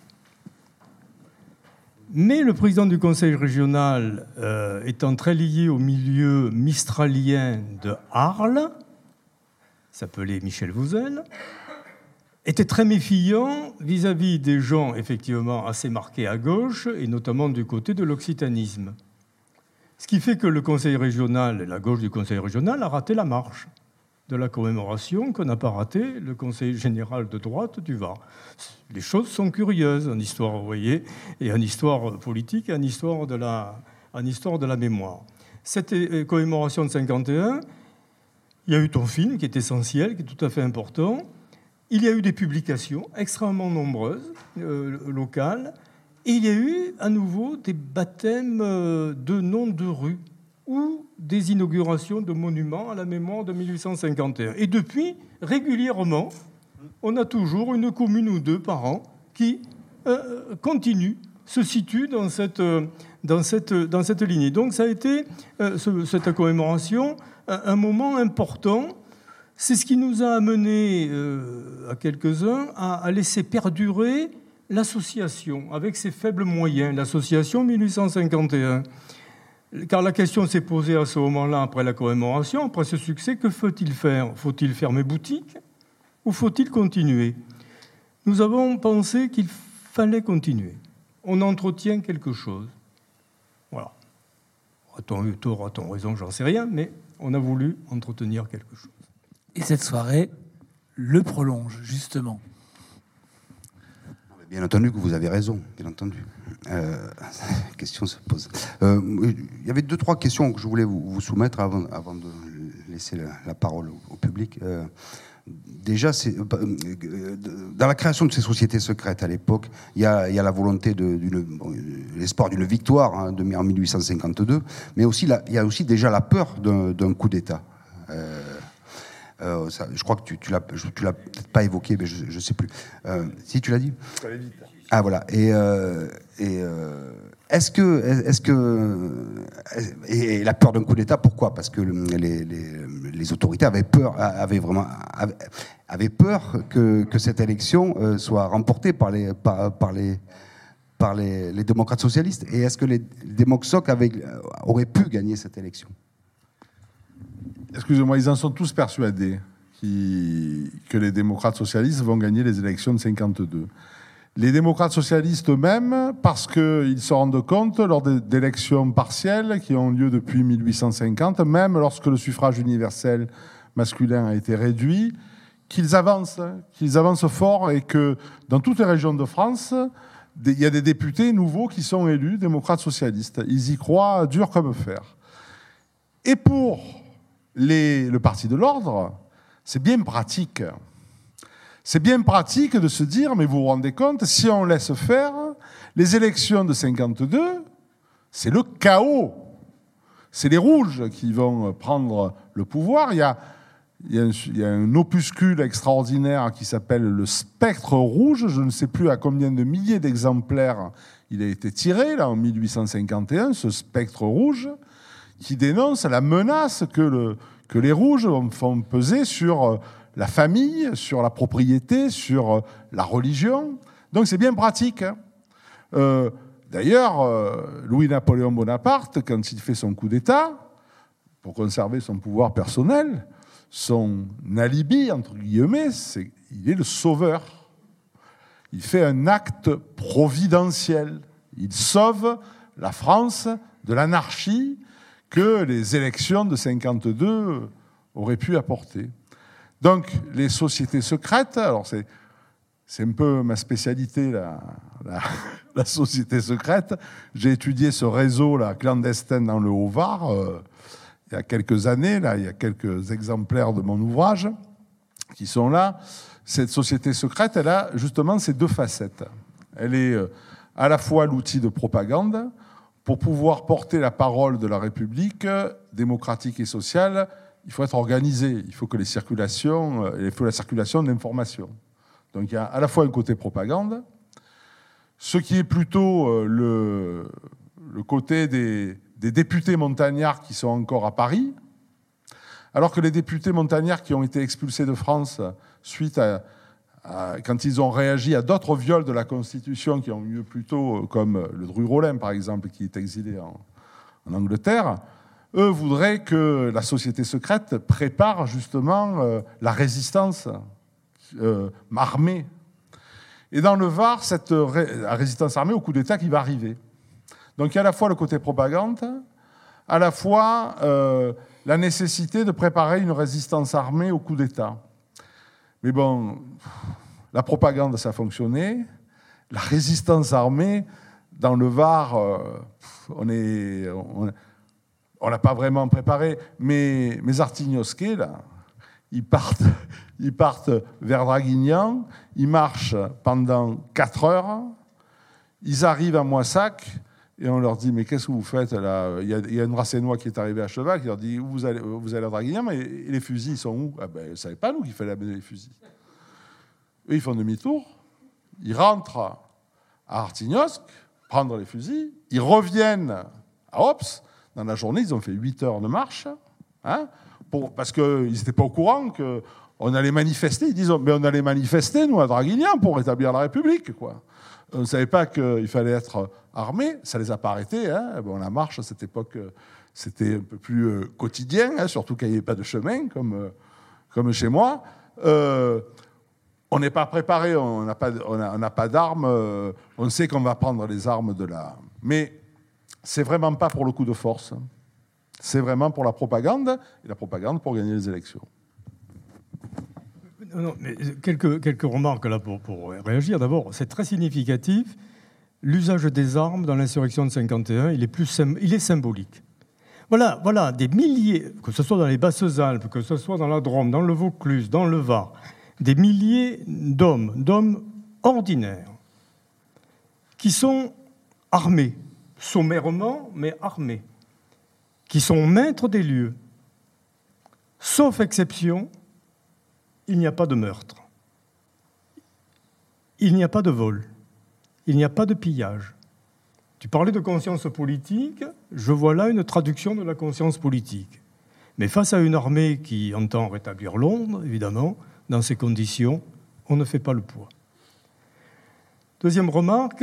Mais le président du conseil régional, étant très lié au milieu mistralien de Arles, s'appelait Michel Vauzel, était très méfiant vis-à-vis des gens effectivement assez marqués à gauche, et notamment du côté de l'occitanisme. Ce qui fait que le conseil régional, la gauche du conseil régional, a raté la marche de la commémoration, qu'on n'a pas raté le conseil général de droite du Var. Les choses sont curieuses en histoire, vous voyez, et en histoire politique, et en histoire de la mémoire. Cette commémoration de 51, il y a eu ton film qui est essentiel, qui est tout à fait important. Il y a eu des publications extrêmement nombreuses, locales, et il y a eu à nouveau des baptêmes de noms de rues ou des inaugurations de monuments à la mémoire de 1851. Et depuis, régulièrement, on a toujours une commune ou deux par an qui continue, se situe dans cette lignée. Donc ça a été, cette commémoration, un moment important. C'est ce qui nous a amené, à quelques-uns, à laisser perdurer l'association, avec ses faibles moyens, l'association 1851. Car la question s'est posée à ce moment-là, après la commémoration, après ce succès, que faut-il faire ? Faut-il fermer boutique ou faut-il continuer ? Nous avons pensé qu'il fallait continuer. On entretient quelque chose. Voilà. A-t-on eu tort, a-t-on raison, j'en sais rien, mais on a voulu entretenir quelque chose. Et cette soirée le prolonge, justement. Bien entendu que vous avez raison, bien entendu. La question se pose. Il y avait 2-3 questions que je voulais vous soumettre avant de laisser la parole au public. Déjà, dans la création de ces sociétés secrètes à l'époque, il y a la volonté l'espoir d'une victoire en 1852, mais aussi il y a aussi déjà la peur d'un coup d'État. Je crois que tu l'as peut-être pas évoqué, mais je ne sais plus. Si tu l'as dit. Ah voilà. Et est-ce que la peur d'un coup d'État, pourquoi ? Parce que les autorités avaient peur que cette élection soit remportée par les démocrates socialistes. Et est-ce que les démocrates auraient pu gagner cette élection ? Excusez-moi, ils en sont tous persuadés que les démocrates socialistes vont gagner les élections de 52. Les démocrates socialistes eux-mêmes, parce qu'ils se rendent compte, lors d'élections partielles qui ont lieu depuis 1850, même lorsque le suffrage universel masculin a été réduit, qu'ils avancent fort et que dans toutes les régions de France, il y a des députés nouveaux qui sont élus, démocrates socialistes. Ils y croient dur comme fer. Et pour le Parti de l'Ordre, c'est bien pratique. C'est bien pratique de se dire, mais vous vous rendez compte, si on laisse faire, les élections de 52, c'est le chaos. C'est les rouges qui vont prendre le pouvoir. Il y a un opuscule extraordinaire qui s'appelle le Spectre rouge. Je ne sais plus à combien de milliers d'exemplaires il a été tiré, là, en 1851, ce Spectre rouge, qui dénonce la menace que les rouges font peser sur la famille, sur la propriété, sur la religion. Donc c'est bien pratique. D'ailleurs, Louis-Napoléon Bonaparte, quand il fait son coup d'État, pour conserver son pouvoir personnel, son alibi, entre guillemets, il est le sauveur. Il fait un acte providentiel. Il sauve la France de l'anarchie que les élections de 52 auraient pu apporter. Donc, les sociétés secrètes, alors c'est un peu ma spécialité, la société secrète. J'ai étudié ce réseau-là, clandestin dans le Haut-Var, il y a quelques années. Là, il y a quelques exemplaires de mon ouvrage qui sont là. Cette société secrète, elle a justement ces deux facettes. Elle est à la fois l'outil de propagande pour pouvoir porter la parole de la République démocratique et sociale. Il faut être organisé, il faut que la circulation d'informations. Donc il y a à la fois un côté propagande, ce qui est plutôt le côté des députés montagnards qui sont encore à Paris, alors que les députés montagnards qui ont été expulsés de France suite quand ils ont réagi à d'autres viols de la Constitution qui ont eu lieu plus tôt, comme le Dru-Rollin par exemple, qui est exilé en Angleterre, eux voudraient que la société secrète prépare justement la résistance armée. Et dans le Var, la résistance armée au coup d'État qui va arriver. Donc il y a à la fois le côté propagande, à la fois la nécessité de préparer une résistance armée au coup d'État. Mais bon, la propagande, ça a fonctionné. La résistance armée, dans le Var, on n'a pas vraiment préparé. Mais mes artignosquets, là, ils partent vers Draguignan, ils marchent pendant 4 heures, ils arrivent à Moissac, et on leur dit, mais qu'est-ce que vous faites là ? Il y a une Racénois qui est arrivé à cheval, qui leur dit, vous allez à Draguignan, mais les fusils, ils sont où ? Ah ben, vous ne savez pas, nous, qu'il fallait amener les fusils. Eux, ils font demi-tour, ils rentrent à Artignosc, prendre les fusils, ils reviennent à Ops. Dans la journée, ils ont fait 8 heures de marche, hein, parce qu'ils n'étaient pas au courant qu'on allait manifester. Ils disent, mais on allait manifester, nous, à Draguignan, pour rétablir la République, quoi. On ne savait pas qu'il fallait être armé, ça ne les a pas arrêtés. Hein. Bon, la marche, à cette époque, c'était un peu plus quotidien, hein, surtout qu'il n'y avait pas de chemin, comme chez moi. On n'est pas préparé, on n'a pas d'armes, on sait qu'on va prendre les armes de la... Mais c'est vraiment pas pour le coup de force. C'est vraiment pour la propagande, et la propagande pour gagner les élections. Non, mais quelques remarques là pour réagir. D'abord, c'est très significatif. L'usage des armes dans l'insurrection de 51, il est symbolique. Voilà des milliers, que ce soit dans les Basses-Alpes, que ce soit dans la Drôme, dans le Vaucluse, dans le Var, des milliers d'hommes ordinaires qui sont armés, sommairement, mais armés, qui sont maîtres des lieux. Sauf exception, il n'y a pas de meurtre, il n'y a pas de vol, il n'y a pas de pillage. Tu parlais de conscience politique, je vois là une traduction de la conscience politique. Mais face à une armée qui entend rétablir l'ordre, évidemment, dans ces conditions, on ne fait pas le poids. Deuxième remarque,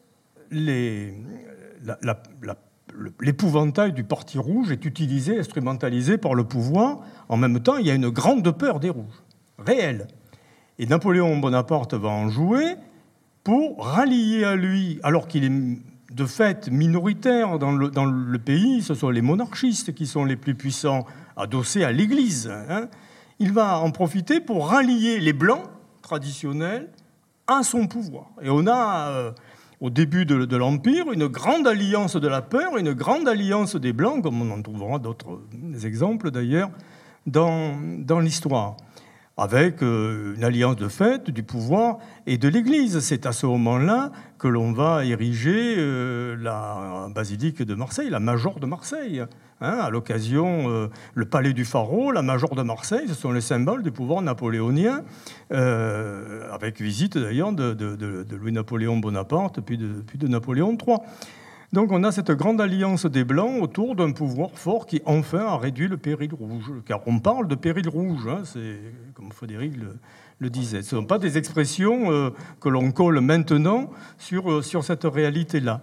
l'épouvantail du Parti rouge est utilisé, instrumentalisé par le pouvoir. En même temps, il y a une grande peur des rouges, réelle. Et Napoléon Bonaparte va en jouer pour rallier à lui, alors qu'il est de fait minoritaire dans le pays, ce sont les monarchistes qui sont les plus puissants, adossés à l'Église. Hein. Il va en profiter pour rallier les Blancs traditionnels à son pouvoir. Et on a, au début de l'Empire, une grande alliance de la peur, une grande alliance des Blancs, comme on en trouvera d'autres exemples d'ailleurs dans l'histoire, avec une alliance de fait du pouvoir et de l'Église. C'est à ce moment-là que l'on va ériger la basilique de Marseille, la Major de Marseille. Hein, à l'occasion, le palais du Pharaon, la Major de Marseille, ce sont les symboles du pouvoir napoléonien, avec visite d'ailleurs de Louis-Napoléon Bonaparte, puis de Napoléon III. Donc on a cette grande alliance des Blancs autour d'un pouvoir fort qui enfin a réduit le péril rouge. Car on parle de péril rouge, hein, c'est comme Frédéric le disait. Ce ne sont pas des expressions que l'on colle maintenant sur cette réalité-là.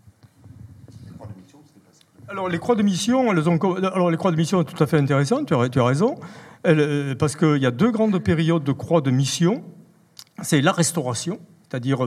Alors les croix de mission, les croix de mission sont tout à fait intéressantes, tu as raison, parce qu'il y a 2 grandes périodes de croix de mission. C'est la Restauration, c'est-à-dire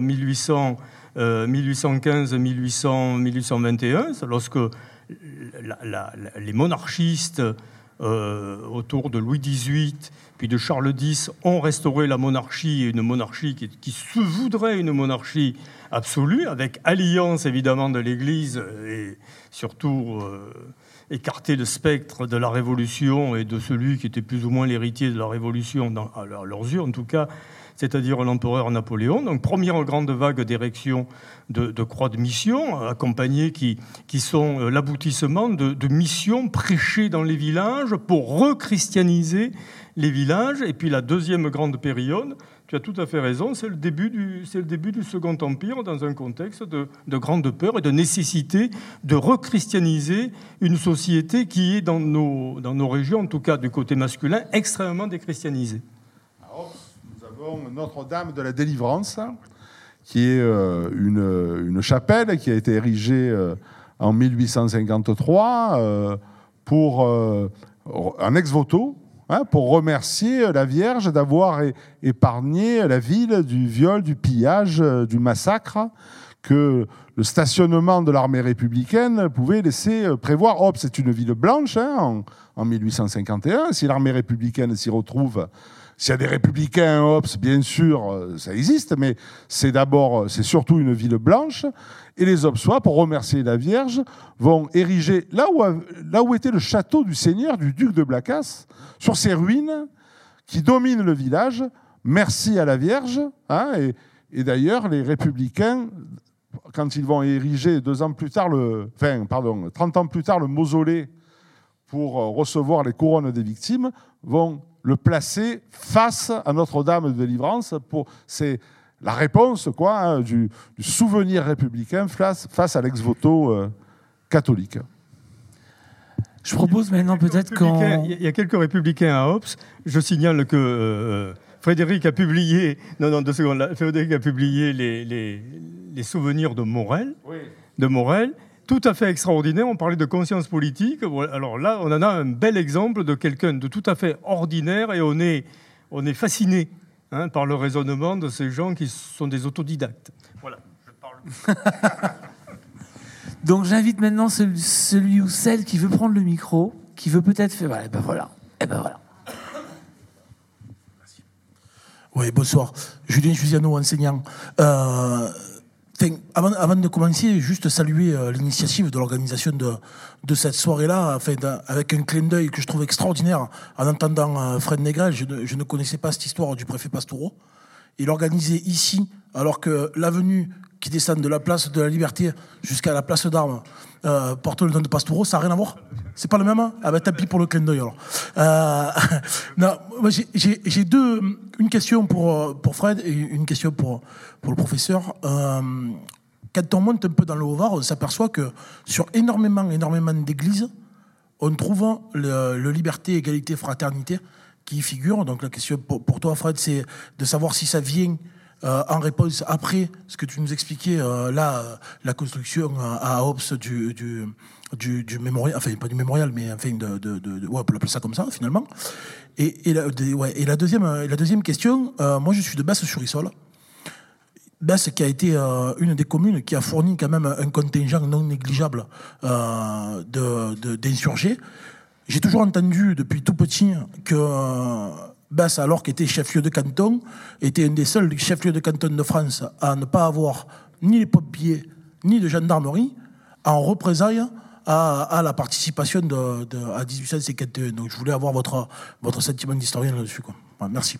1815-1821, c'est lorsque les monarchistes autour de Louis XVIII, puis de Charles X, ont restauré la monarchie, et une monarchie qui se voudrait une monarchie absolue, avec alliance évidemment de l'Église et surtout écarter le spectre de la Révolution et de celui qui était plus ou moins l'héritier de la Révolution, à leurs yeux en tout cas, c'est-à-dire l'empereur Napoléon. Donc première grande vague d'érection de croix de mission, accompagnées qui sont l'aboutissement de missions prêchées dans les villages pour rechristianiser les villages. Et puis la deuxième grande période, tu as tout à fait raison, c'est le début du Second Empire dans un contexte de grande peur et de nécessité de rechristianiser une société qui est dans nos régions, en tout cas du côté masculin, extrêmement déchristianisée. Alors, nous avons Notre-Dame de la Délivrance, qui est une chapelle qui a été érigée en 1853 pour un ex-voto, pour remercier la Vierge d'avoir épargné la ville du viol, du pillage, du massacre que le stationnement de l'armée républicaine pouvait laisser prévoir. Hop, c'est une ville blanche en 1851. Si l'armée républicaine s'y retrouve, s'il y a des républicains à Hobbes, bien sûr, ça existe, mais c'est surtout une ville blanche. Et les Hobbesois, pour remercier la Vierge, vont ériger là où était le château du seigneur, du duc de Blacas, sur ces ruines qui dominent le village. Merci à la Vierge. Et d'ailleurs, les républicains, quand ils vont ériger 30 ans plus tard, le mausolée pour recevoir les couronnes des victimes, vont le placer face à Notre-Dame de Délivrance. C'est la réponse du souvenir républicain face à l'ex-voto catholique. Je propose maintenant peut-être qu'on... Il y a quelques républicains à Hobbes. Je signale que Frédéric a publié... Frédéric a publié les souvenirs de Morel. Oui. De Morel. Tout à fait extraordinaire. On parlait de conscience politique. Alors là, on en a un bel exemple de quelqu'un de tout à fait ordinaire et on est fasciné par le raisonnement de ces gens qui sont des autodidactes. Voilà, je parle. Donc j'invite maintenant celui ou celle qui veut prendre le micro, qui veut peut-être faire... Voilà. Oui, bonsoir. Julien Jusiano, enseignant. Avant de commencer, juste saluer l'initiative de l'organisation de cette soirée-là, avec un clin d'œil que je trouve extraordinaire en entendant Fred Négrel. Je ne connaissais pas cette histoire du préfet Pastoureau. Il organisait ici, alors que l'avenue qui descend de la place de la Liberté jusqu'à la place d'Armes porte le nom de Pastoureau, ça n'a rien à voir. C'est pas le même, hein? Ah ben tant pis pour le clin d'œil alors. Non, moi j'ai une question pour Fred et une question pour le professeur. Quand on monte un peu dans le Haut-Var, on s'aperçoit que sur énormément d'églises, on trouve le liberté, égalité, fraternité qui y figure. Donc la question pour toi, Fred, c'est de savoir si ça vient en réponse après ce que tu nous expliquais, la construction à Hobbes du mémorial, enfin pas du mémorial, mais enfin on peut l'appeler ça comme ça finalement. Et la deuxième question, moi je suis de Basse-sur-Issole. Basse qui a été une des communes qui a fourni quand même un contingent non négligeable d'insurgés. J'ai toujours entendu depuis tout petit que Basse, alors qu'était chef-lieu de canton, était un des seuls chefs-lieux de canton de France à ne pas avoir ni les pompiers ni de gendarmerie en représailles à la participation à 1851. Donc je voulais avoir votre sentiment d'historien là-dessus. Ouais, merci.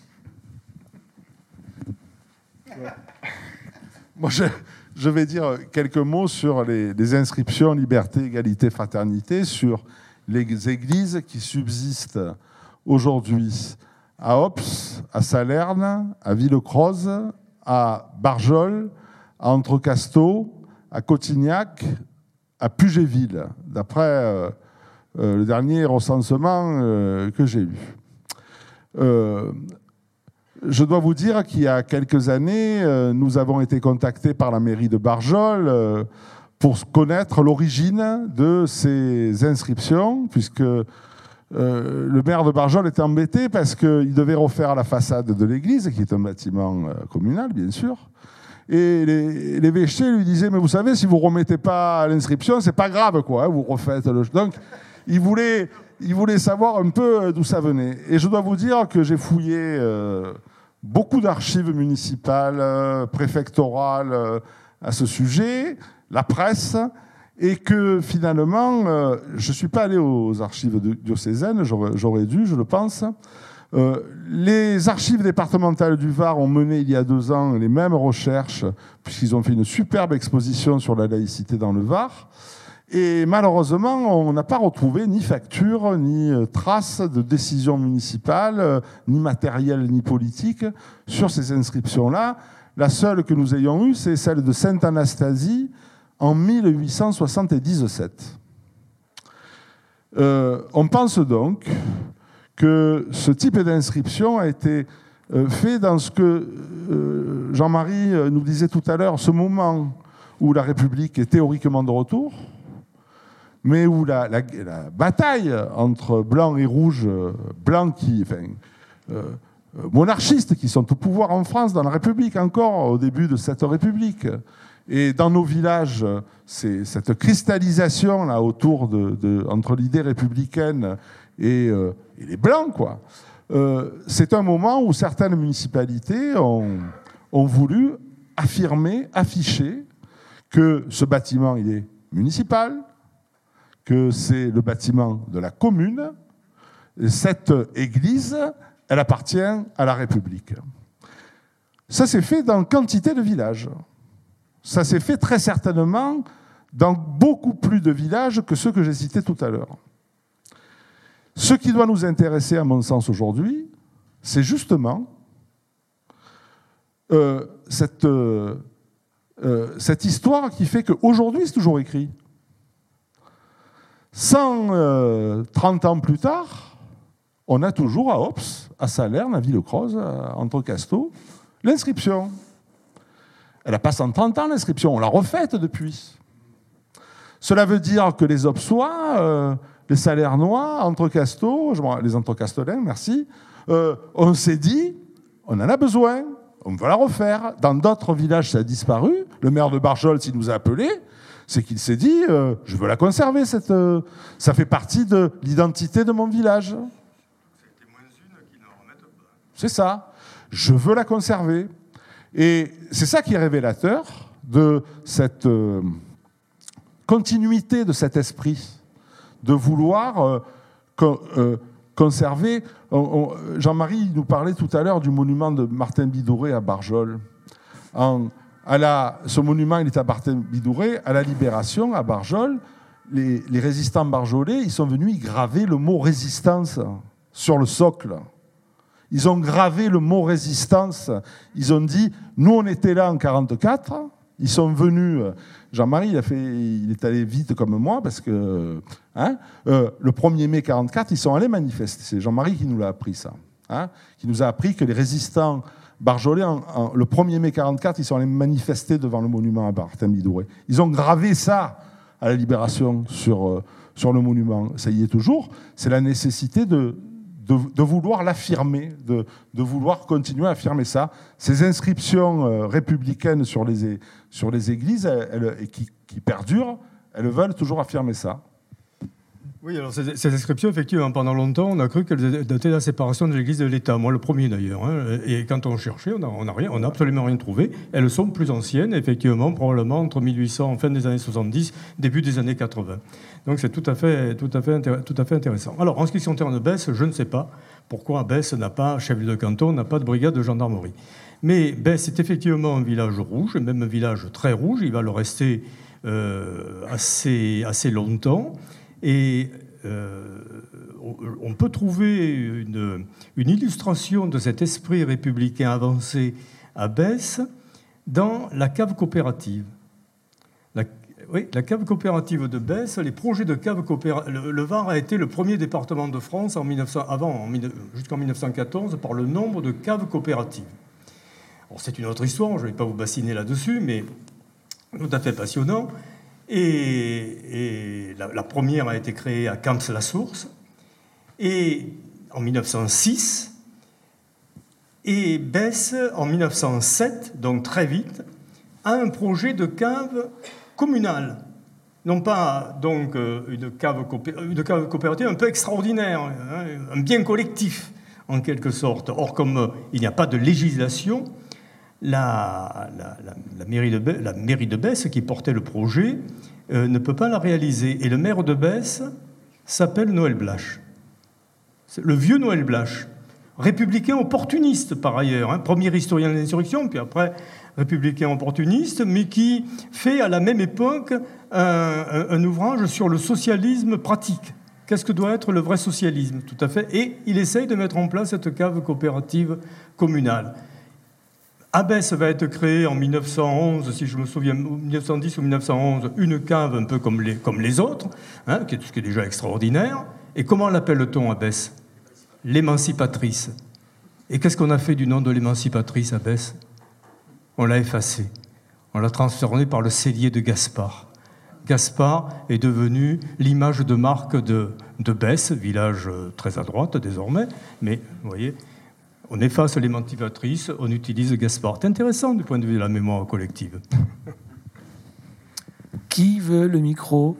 Moi, je vais dire quelques mots sur les inscriptions liberté, égalité, fraternité, sur les églises qui subsistent aujourd'hui à Hobbes, à Salerne, à Villecroze, à Barjol, à Entrecasteaux, à Cotignac, à Pugéville, d'après le dernier recensement que j'ai eu. Je dois vous dire qu'il y a quelques années, nous avons été contactés par la mairie de Barjol pour connaître l'origine de ces inscriptions, puisque le maire de Barjol était embêté parce qu'il devait refaire la façade de l'église, qui est un bâtiment communal, bien sûr. Et l'évêché lui disait, mais vous savez, si vous ne remettez pas l'inscription, c'est pas grave, quoi, vous refaites le... Donc, il voulait il voulait savoir un peu d'où ça venait. Et je dois vous dire que j'ai fouillé beaucoup d'archives municipales, préfectorales à ce sujet, la presse, et que finalement, je ne suis pas allé aux archives diocésaines, j'aurais dû, je le pense. Les archives départementales du Var ont mené il y a 2 ans les mêmes recherches, puisqu'ils ont fait une superbe exposition sur la laïcité dans le Var. Et malheureusement, on n'a pas retrouvé ni facture, ni trace de décision municipale, ni matérielle, ni politique sur ces inscriptions-là. La seule que nous ayons eue, c'est celle de Sainte-Anastasie en 1877. On pense donc que ce type d'inscription a été fait dans ce que Jean-Marie nous disait tout à l'heure, ce moment où la République est théoriquement de retour, mais où la bataille entre blancs et rouges, monarchistes qui sont au pouvoir en France, dans la République encore, au début de cette République, et dans nos villages, c'est cette cristallisation là autour entre l'idée républicaine et les blancs, quoi. C'est un moment où certaines municipalités ont voulu affirmer, afficher que ce bâtiment, il est municipal, que c'est le bâtiment de la commune. Et cette église, elle appartient à la République. Ça s'est fait dans quantité de villages. Ça s'est fait très certainement dans beaucoup plus de villages que ceux que j'ai cités tout à l'heure. Ce qui doit nous intéresser, à mon sens, aujourd'hui, c'est justement cette histoire qui fait qu'aujourd'hui, c'est toujours écrit. 130 ans plus tard, on a toujours à Ops, à Salerne, à Villecroze, à Entrecasteaux, l'inscription. Elle n'a pas 130 ans, l'inscription, on l'a refaite depuis. Cela veut dire que les Opsois, les Salernois, Entrecasteaux, les Entrecastolins, merci, on s'est dit, on en a besoin, on va la refaire. Dans d'autres villages, ça a disparu. Le maire de Barjol, s'il nous a appelés, c'est qu'il s'est dit, je veux la conserver, ça fait partie de l'identité de mon village. C'est ça. Je veux la conserver. Et c'est ça qui est révélateur de cette continuité de cet esprit, de vouloir conserver. Jean-Marie nous parlait tout à l'heure du monument de Martin Bidouret à Barjol. Ce monument, il est à Martin Bidouret. À la Libération, à Barjol, les résistants barjolais, ils sont venus y graver le mot « résistance » sur le socle. Ils ont gravé le mot « résistance ». Ils ont dit « nous, on était là en 1944 ». Ils sont venus... Jean-Marie, il est allé vite comme moi, parce que le 1er mai 1944, ils sont allés manifester. C'est Jean-Marie qui nous l'a appris, ça. Qui nous a appris que les résistants barjolais, le 1er mai 1944, ils sont allés manifester devant le monument à Martin Bidouret. Ils ont gravé ça à la Libération sur le monument. Ça y est toujours. C'est la nécessité de vouloir l'affirmer, de vouloir continuer à affirmer ça. Ces inscriptions républicaines sur les églises qui perdurent, elles veulent toujours affirmer ça. Oui, alors ces inscriptions, effectivement, pendant longtemps, on a cru qu'elles dataient de la séparation de l'Église de l'État. Moi, le premier d'ailleurs. Et quand on cherchait, on n'a absolument rien trouvé. Elles sont plus anciennes, effectivement, probablement entre 1800, fin des années 70, début des années 80. Donc c'est tout à fait intéressant. Alors, en ce qui concerne Besse, je ne sais pas pourquoi Besse n'a pas, chef de canton, n'a pas de brigade de gendarmerie. Mais Besse est effectivement un village rouge, même un village très rouge. Il va le rester assez longtemps. Et on peut trouver une illustration de cet esprit républicain avancé à Besse dans la cave coopérative. La cave coopérative de Besse, les projets de cave coopérative. Le Var a été le premier département de France jusqu'en 1914 par le nombre de caves coopératives. Alors, c'est une autre histoire, je ne vais pas vous bassiner là-dessus, mais tout à fait passionnant. Et la première a été créée à Camps-la-Source et en 1906 et Besse en 1907, donc très vite, a un projet de cave communale. non pas donc une cave coopérative un peu extraordinaire, hein, un bien collectif en quelque sorte. Or, comme il n'y a pas de législation, la mairie de Besse, qui portait le projet, ne peut pas la réaliser. Et le maire de Besse s'appelle Noël Blache. C'est le vieux Noël Blache, républicain opportuniste par ailleurs, hein, premier historien de l'insurrection, puis après républicain opportuniste, mais qui fait à la même époque un ouvrage sur le socialisme pratique. Qu'est-ce que doit être le vrai socialisme? Tout à fait. Et il essaye de mettre en place cette cave coopérative communale. À Besse va être créée en 1911, si je me souviens, 1910 ou 1911, une cave un peu comme les autres, hein, ce qui est déjà extraordinaire. Et comment l'appelle-t-on à Besse? L'émancipatrice. Et qu'est-ce qu'on a fait du nom de l'émancipatrice à Besse? On l'a effacé. On l'a transformé par le cellier de Gaspard. Gaspard est devenu l'image de marque de Besse, village très à droite désormais, mais vous voyez, on efface l'émancipatrice, on utilise Gaspard. C'est intéressant du point de vue de la mémoire collective. Qui veut le micro?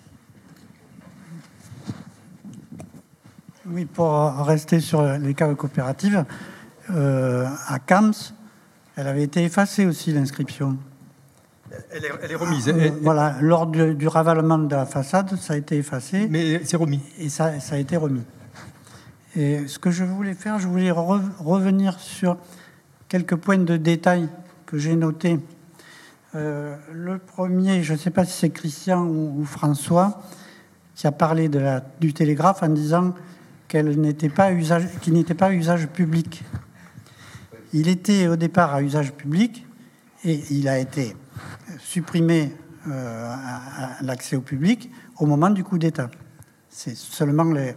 Oui, pour rester sur les caves coopératives, à Camps, elle avait été effacée aussi, l'inscription. Elle est remise. Voilà, lors du ravalement de la façade, ça a été effacé. Mais c'est remis. Et ça a été remis. Et ce que je voulais faire, je voulais revenir sur quelques points de détail que j'ai notés. Le premier, je ne sais pas si c'est Christian ou François, qui a parlé du télégraphe en disant qu'il n'était pas à usage public. Il était au départ à usage public et il a été supprimé à l'accès au public au moment du coup d'État. C'est seulement les...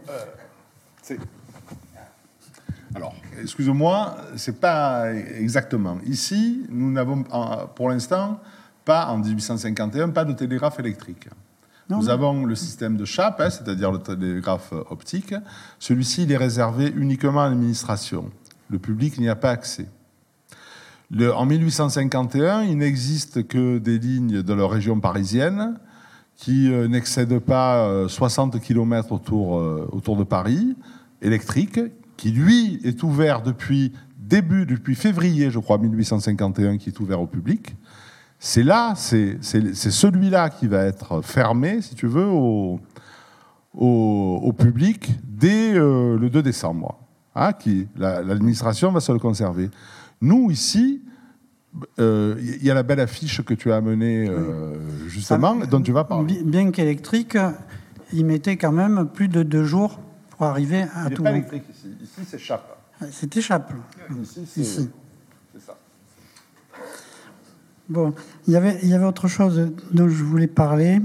Alors, excusez-moi, c'est pas exactement. Ici, nous n'avons pour l'instant pas, en 1851, pas de télégraphe électrique. Nous avons le système de chape, hein, c'est-à-dire le télégraphe optique. Celui-ci, il est réservé uniquement à l'administration. Le public n'y a pas accès. En 1851, il n'existe que des lignes de la région parisienne qui n'excèdent pas 60 km autour de Paris, électrique, qui, lui, est ouvert depuis février, je crois, 1851, qui est ouvert au public. C'est celui-là qui va être fermé, si tu veux, au public dès le 2 décembre. Hein, l'administration va se le conserver. Nous, ici, il y a la belle affiche que tu as amenée, justement, dont tu vas parler. Bien qu'électrique, il mettait quand même plus de 2 jours pour arriver à tout. Il n'est pas électrique ici. Ici, c'est chape. C'était chape. Ici, c'est ça. Bon, il y avait autre chose dont je voulais parler.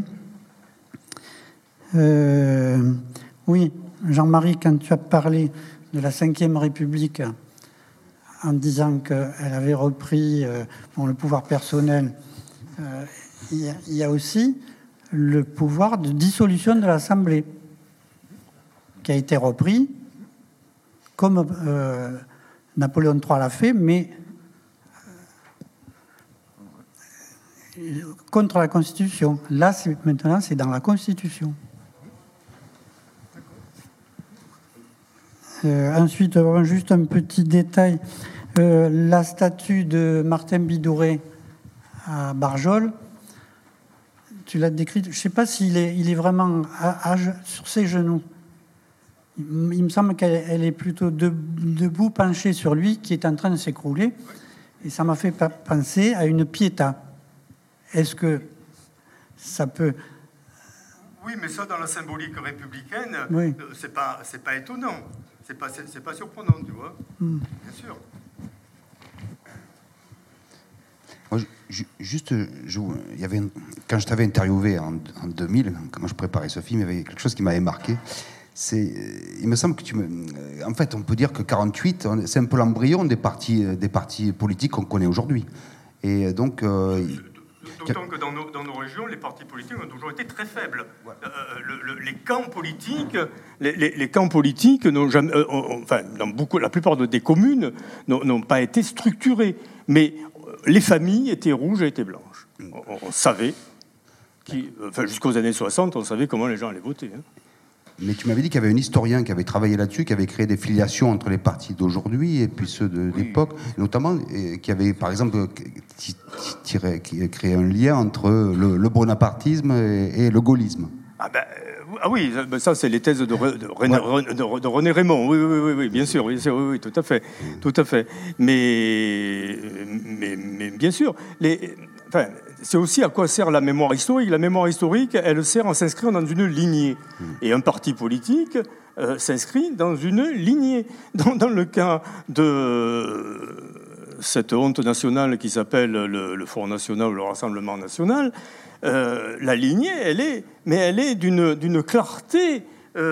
Oui, Jean-Marie, quand tu as parlé de la Ve République, en disant qu'elle avait repris le pouvoir personnel, il y a aussi le pouvoir de dissolution de l'Assemblée qui a été repris, comme Napoléon III l'a fait, mais contre la Constitution. Là, maintenant, c'est dans la Constitution. Ensuite, juste un petit détail. La statue de Martin Bidouret à Barjol, tu l'as décrite. Je ne sais pas s'il est vraiment sur ses genoux. Il me semble qu'elle est plutôt debout, penchée sur lui, qui est en train de s'écrouler. Et ça m'a fait penser à une piéta. Est-ce que ça peut... Oui, mais ça, dans la symbolique républicaine, oui. C'est pas étonnant. C'est pas surprenant, tu vois. Bien sûr. Moi, il y avait quand je t'avais interviewé en 2000, quand je préparais ce film, il y avait quelque chose qui m'avait marqué. Il me semble que en fait, on peut dire que 48, c'est un peu l'embryon des partis politiques qu'on connaît aujourd'hui. Et donc... D'autant que dans nos régions, les partis politiques ont toujours été très faibles. Les camps politiques, n'ont jamais, la plupart des communes n'ont pas été structurés. Mais les familles étaient rouges et étaient blanches. On savait Jusqu'aux années 60, on savait comment les gens allaient voter. Hein. Mais tu m'avais dit qu'il y avait un historien qui avait travaillé là-dessus, qui avait créé des filiations entre les partis d'aujourd'hui et puis ceux de l'époque, notamment, qui avait, par exemple, créé un lien entre le bonapartisme et le gaullisme. Oui, ça c'est les thèses de René Raymond. Oui, bien sûr, oui, tout à fait. Mais bien sûr, c'est aussi à quoi sert la mémoire historique. La mémoire historique, elle sert à s'inscrire dans une lignée. Et un parti politique s'inscrit dans une lignée. Dans le cas de cette honte nationale qui s'appelle le Front National ou le Rassemblement National, la lignée, elle est d'une clarté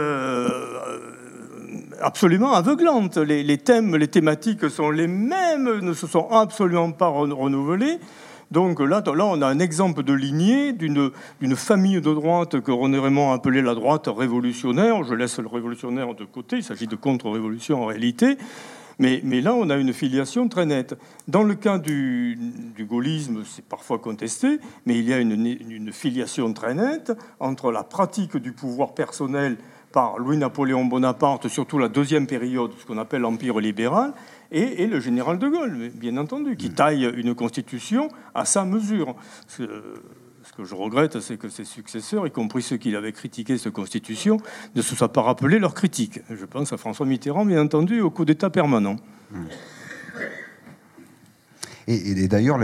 absolument aveuglante. Les thèmes, les thématiques sont les mêmes, ne se sont absolument pas renouvelés. Donc là, on a un exemple de lignée d'une famille de droite que René Raymond appelait la droite révolutionnaire. Je laisse le révolutionnaire de côté, il s'agit de contre-révolution en réalité. Mais là, on a une filiation très nette. Dans le cas du gaullisme, c'est parfois contesté, mais il y a une filiation très nette entre la pratique du pouvoir personnel par Louis-Napoléon Bonaparte, surtout la deuxième période, ce qu'on appelle l'Empire libéral, et le général de Gaulle, bien entendu, qui taille une constitution à sa mesure. Ce que je regrette, c'est que ses successeurs, y compris ceux qui avaient critiqué cette constitution, ne se soient pas rappelés leurs critiques. Je pense à François Mitterrand, bien entendu, au coup d'État permanent. Et d'ailleurs,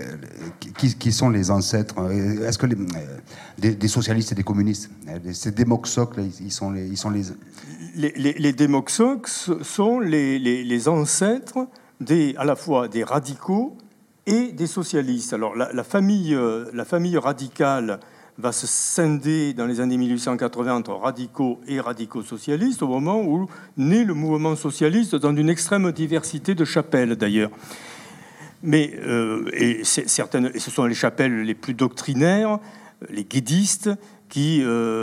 qui sont les ancêtres? Est-ce que des socialistes et des communistes, ces démoxocs, ils sont les... Les démoxocs sont les ancêtres à la fois des radicaux et des socialistes. Alors la famille radicale va se scinder dans les années 1880 entre radicaux et radicaux-socialistes, au moment où naît le mouvement socialiste dans une extrême diversité de chapelles d'ailleurs. Mais ce sont les chapelles les plus doctrinaires, les guédistes, qui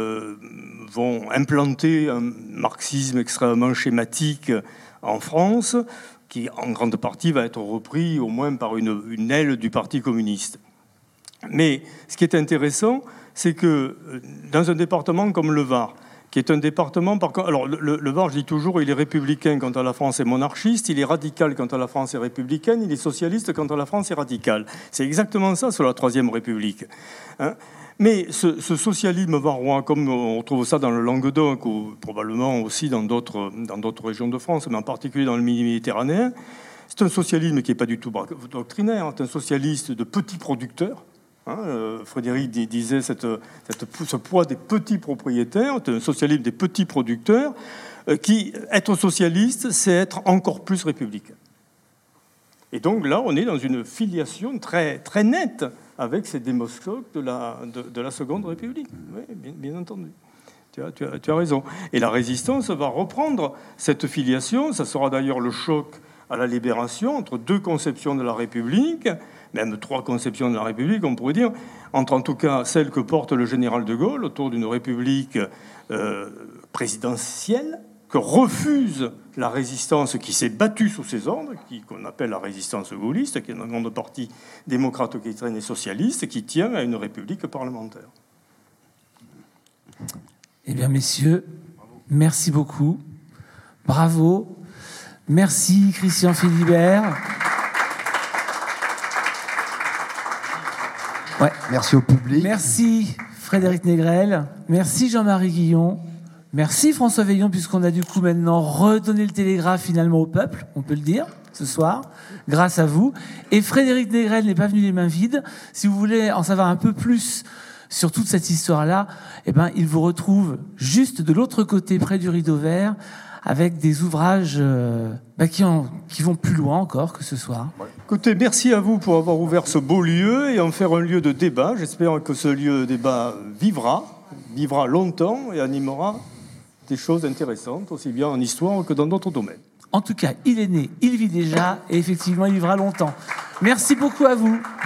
vont implanter un marxisme extrêmement schématique en France, qui en grande partie va être repris au moins par une aile du Parti communiste. Mais ce qui est intéressant, c'est que dans un département comme le Var, qui est un département... Alors, le Var, je dis toujours, il est républicain quand à la France est monarchiste, il est radical quand à la France est républicaine, il est socialiste quand à la France est radical. C'est exactement ça sur la Troisième République. Hein. Mais ce socialisme varois, comme on retrouve ça dans le Languedoc, ou probablement aussi dans d'autres régions de France, mais en particulier dans le Midi-Méditerranéen, c'est un socialisme qui n'est pas du tout doctrinaire, c'est un socialiste de petits producteurs. Frédéric disait ce poids des petits propriétaires, c'est un socialisme des petits producteurs, qui, être socialiste, c'est être encore plus républicain. Et donc là, on est dans une filiation très, très nette avec ces démoxocs de la Seconde République. Oui, bien entendu. Tu as raison. Et la résistance va reprendre cette filiation. Ça sera d'ailleurs le choc à la Libération entre deux conceptions de la République, même trois conceptions de la République, on pourrait dire, entre en tout cas celle que porte le général de Gaulle autour d'une République présidentielle, que refuse la résistance qui s'est battue sous ses ordres, qu'on appelle la résistance gaulliste, qui est une grande partie démocrate-chrétienne et socialiste, qui tient à une république parlementaire. Eh bien, messieurs, merci beaucoup. Bravo. Merci, Christian Philibert. Ouais. Merci au public. Merci, Frédéric Négrel. Merci, Jean-Marie Guillon. Merci François Veillon, puisqu'on a du coup maintenant redonné le télégraphe finalement au peuple, on peut le dire, ce soir, grâce à vous. Et Frédéric Négrel n'est pas venu les mains vides. Si vous voulez en savoir un peu plus sur toute cette histoire-là, eh ben, il vous retrouve juste de l'autre côté, près du rideau vert, avec des ouvrages qui vont plus loin encore que ce soir. Écoutez, merci à vous pour avoir ouvert ce beau lieu et en faire un lieu de débat. J'espère que ce lieu de débat vivra longtemps et animera des choses intéressantes, aussi bien en histoire que dans d'autres domaines. En tout cas, il est né, il vit déjà, et effectivement, il vivra longtemps. Merci beaucoup à vous.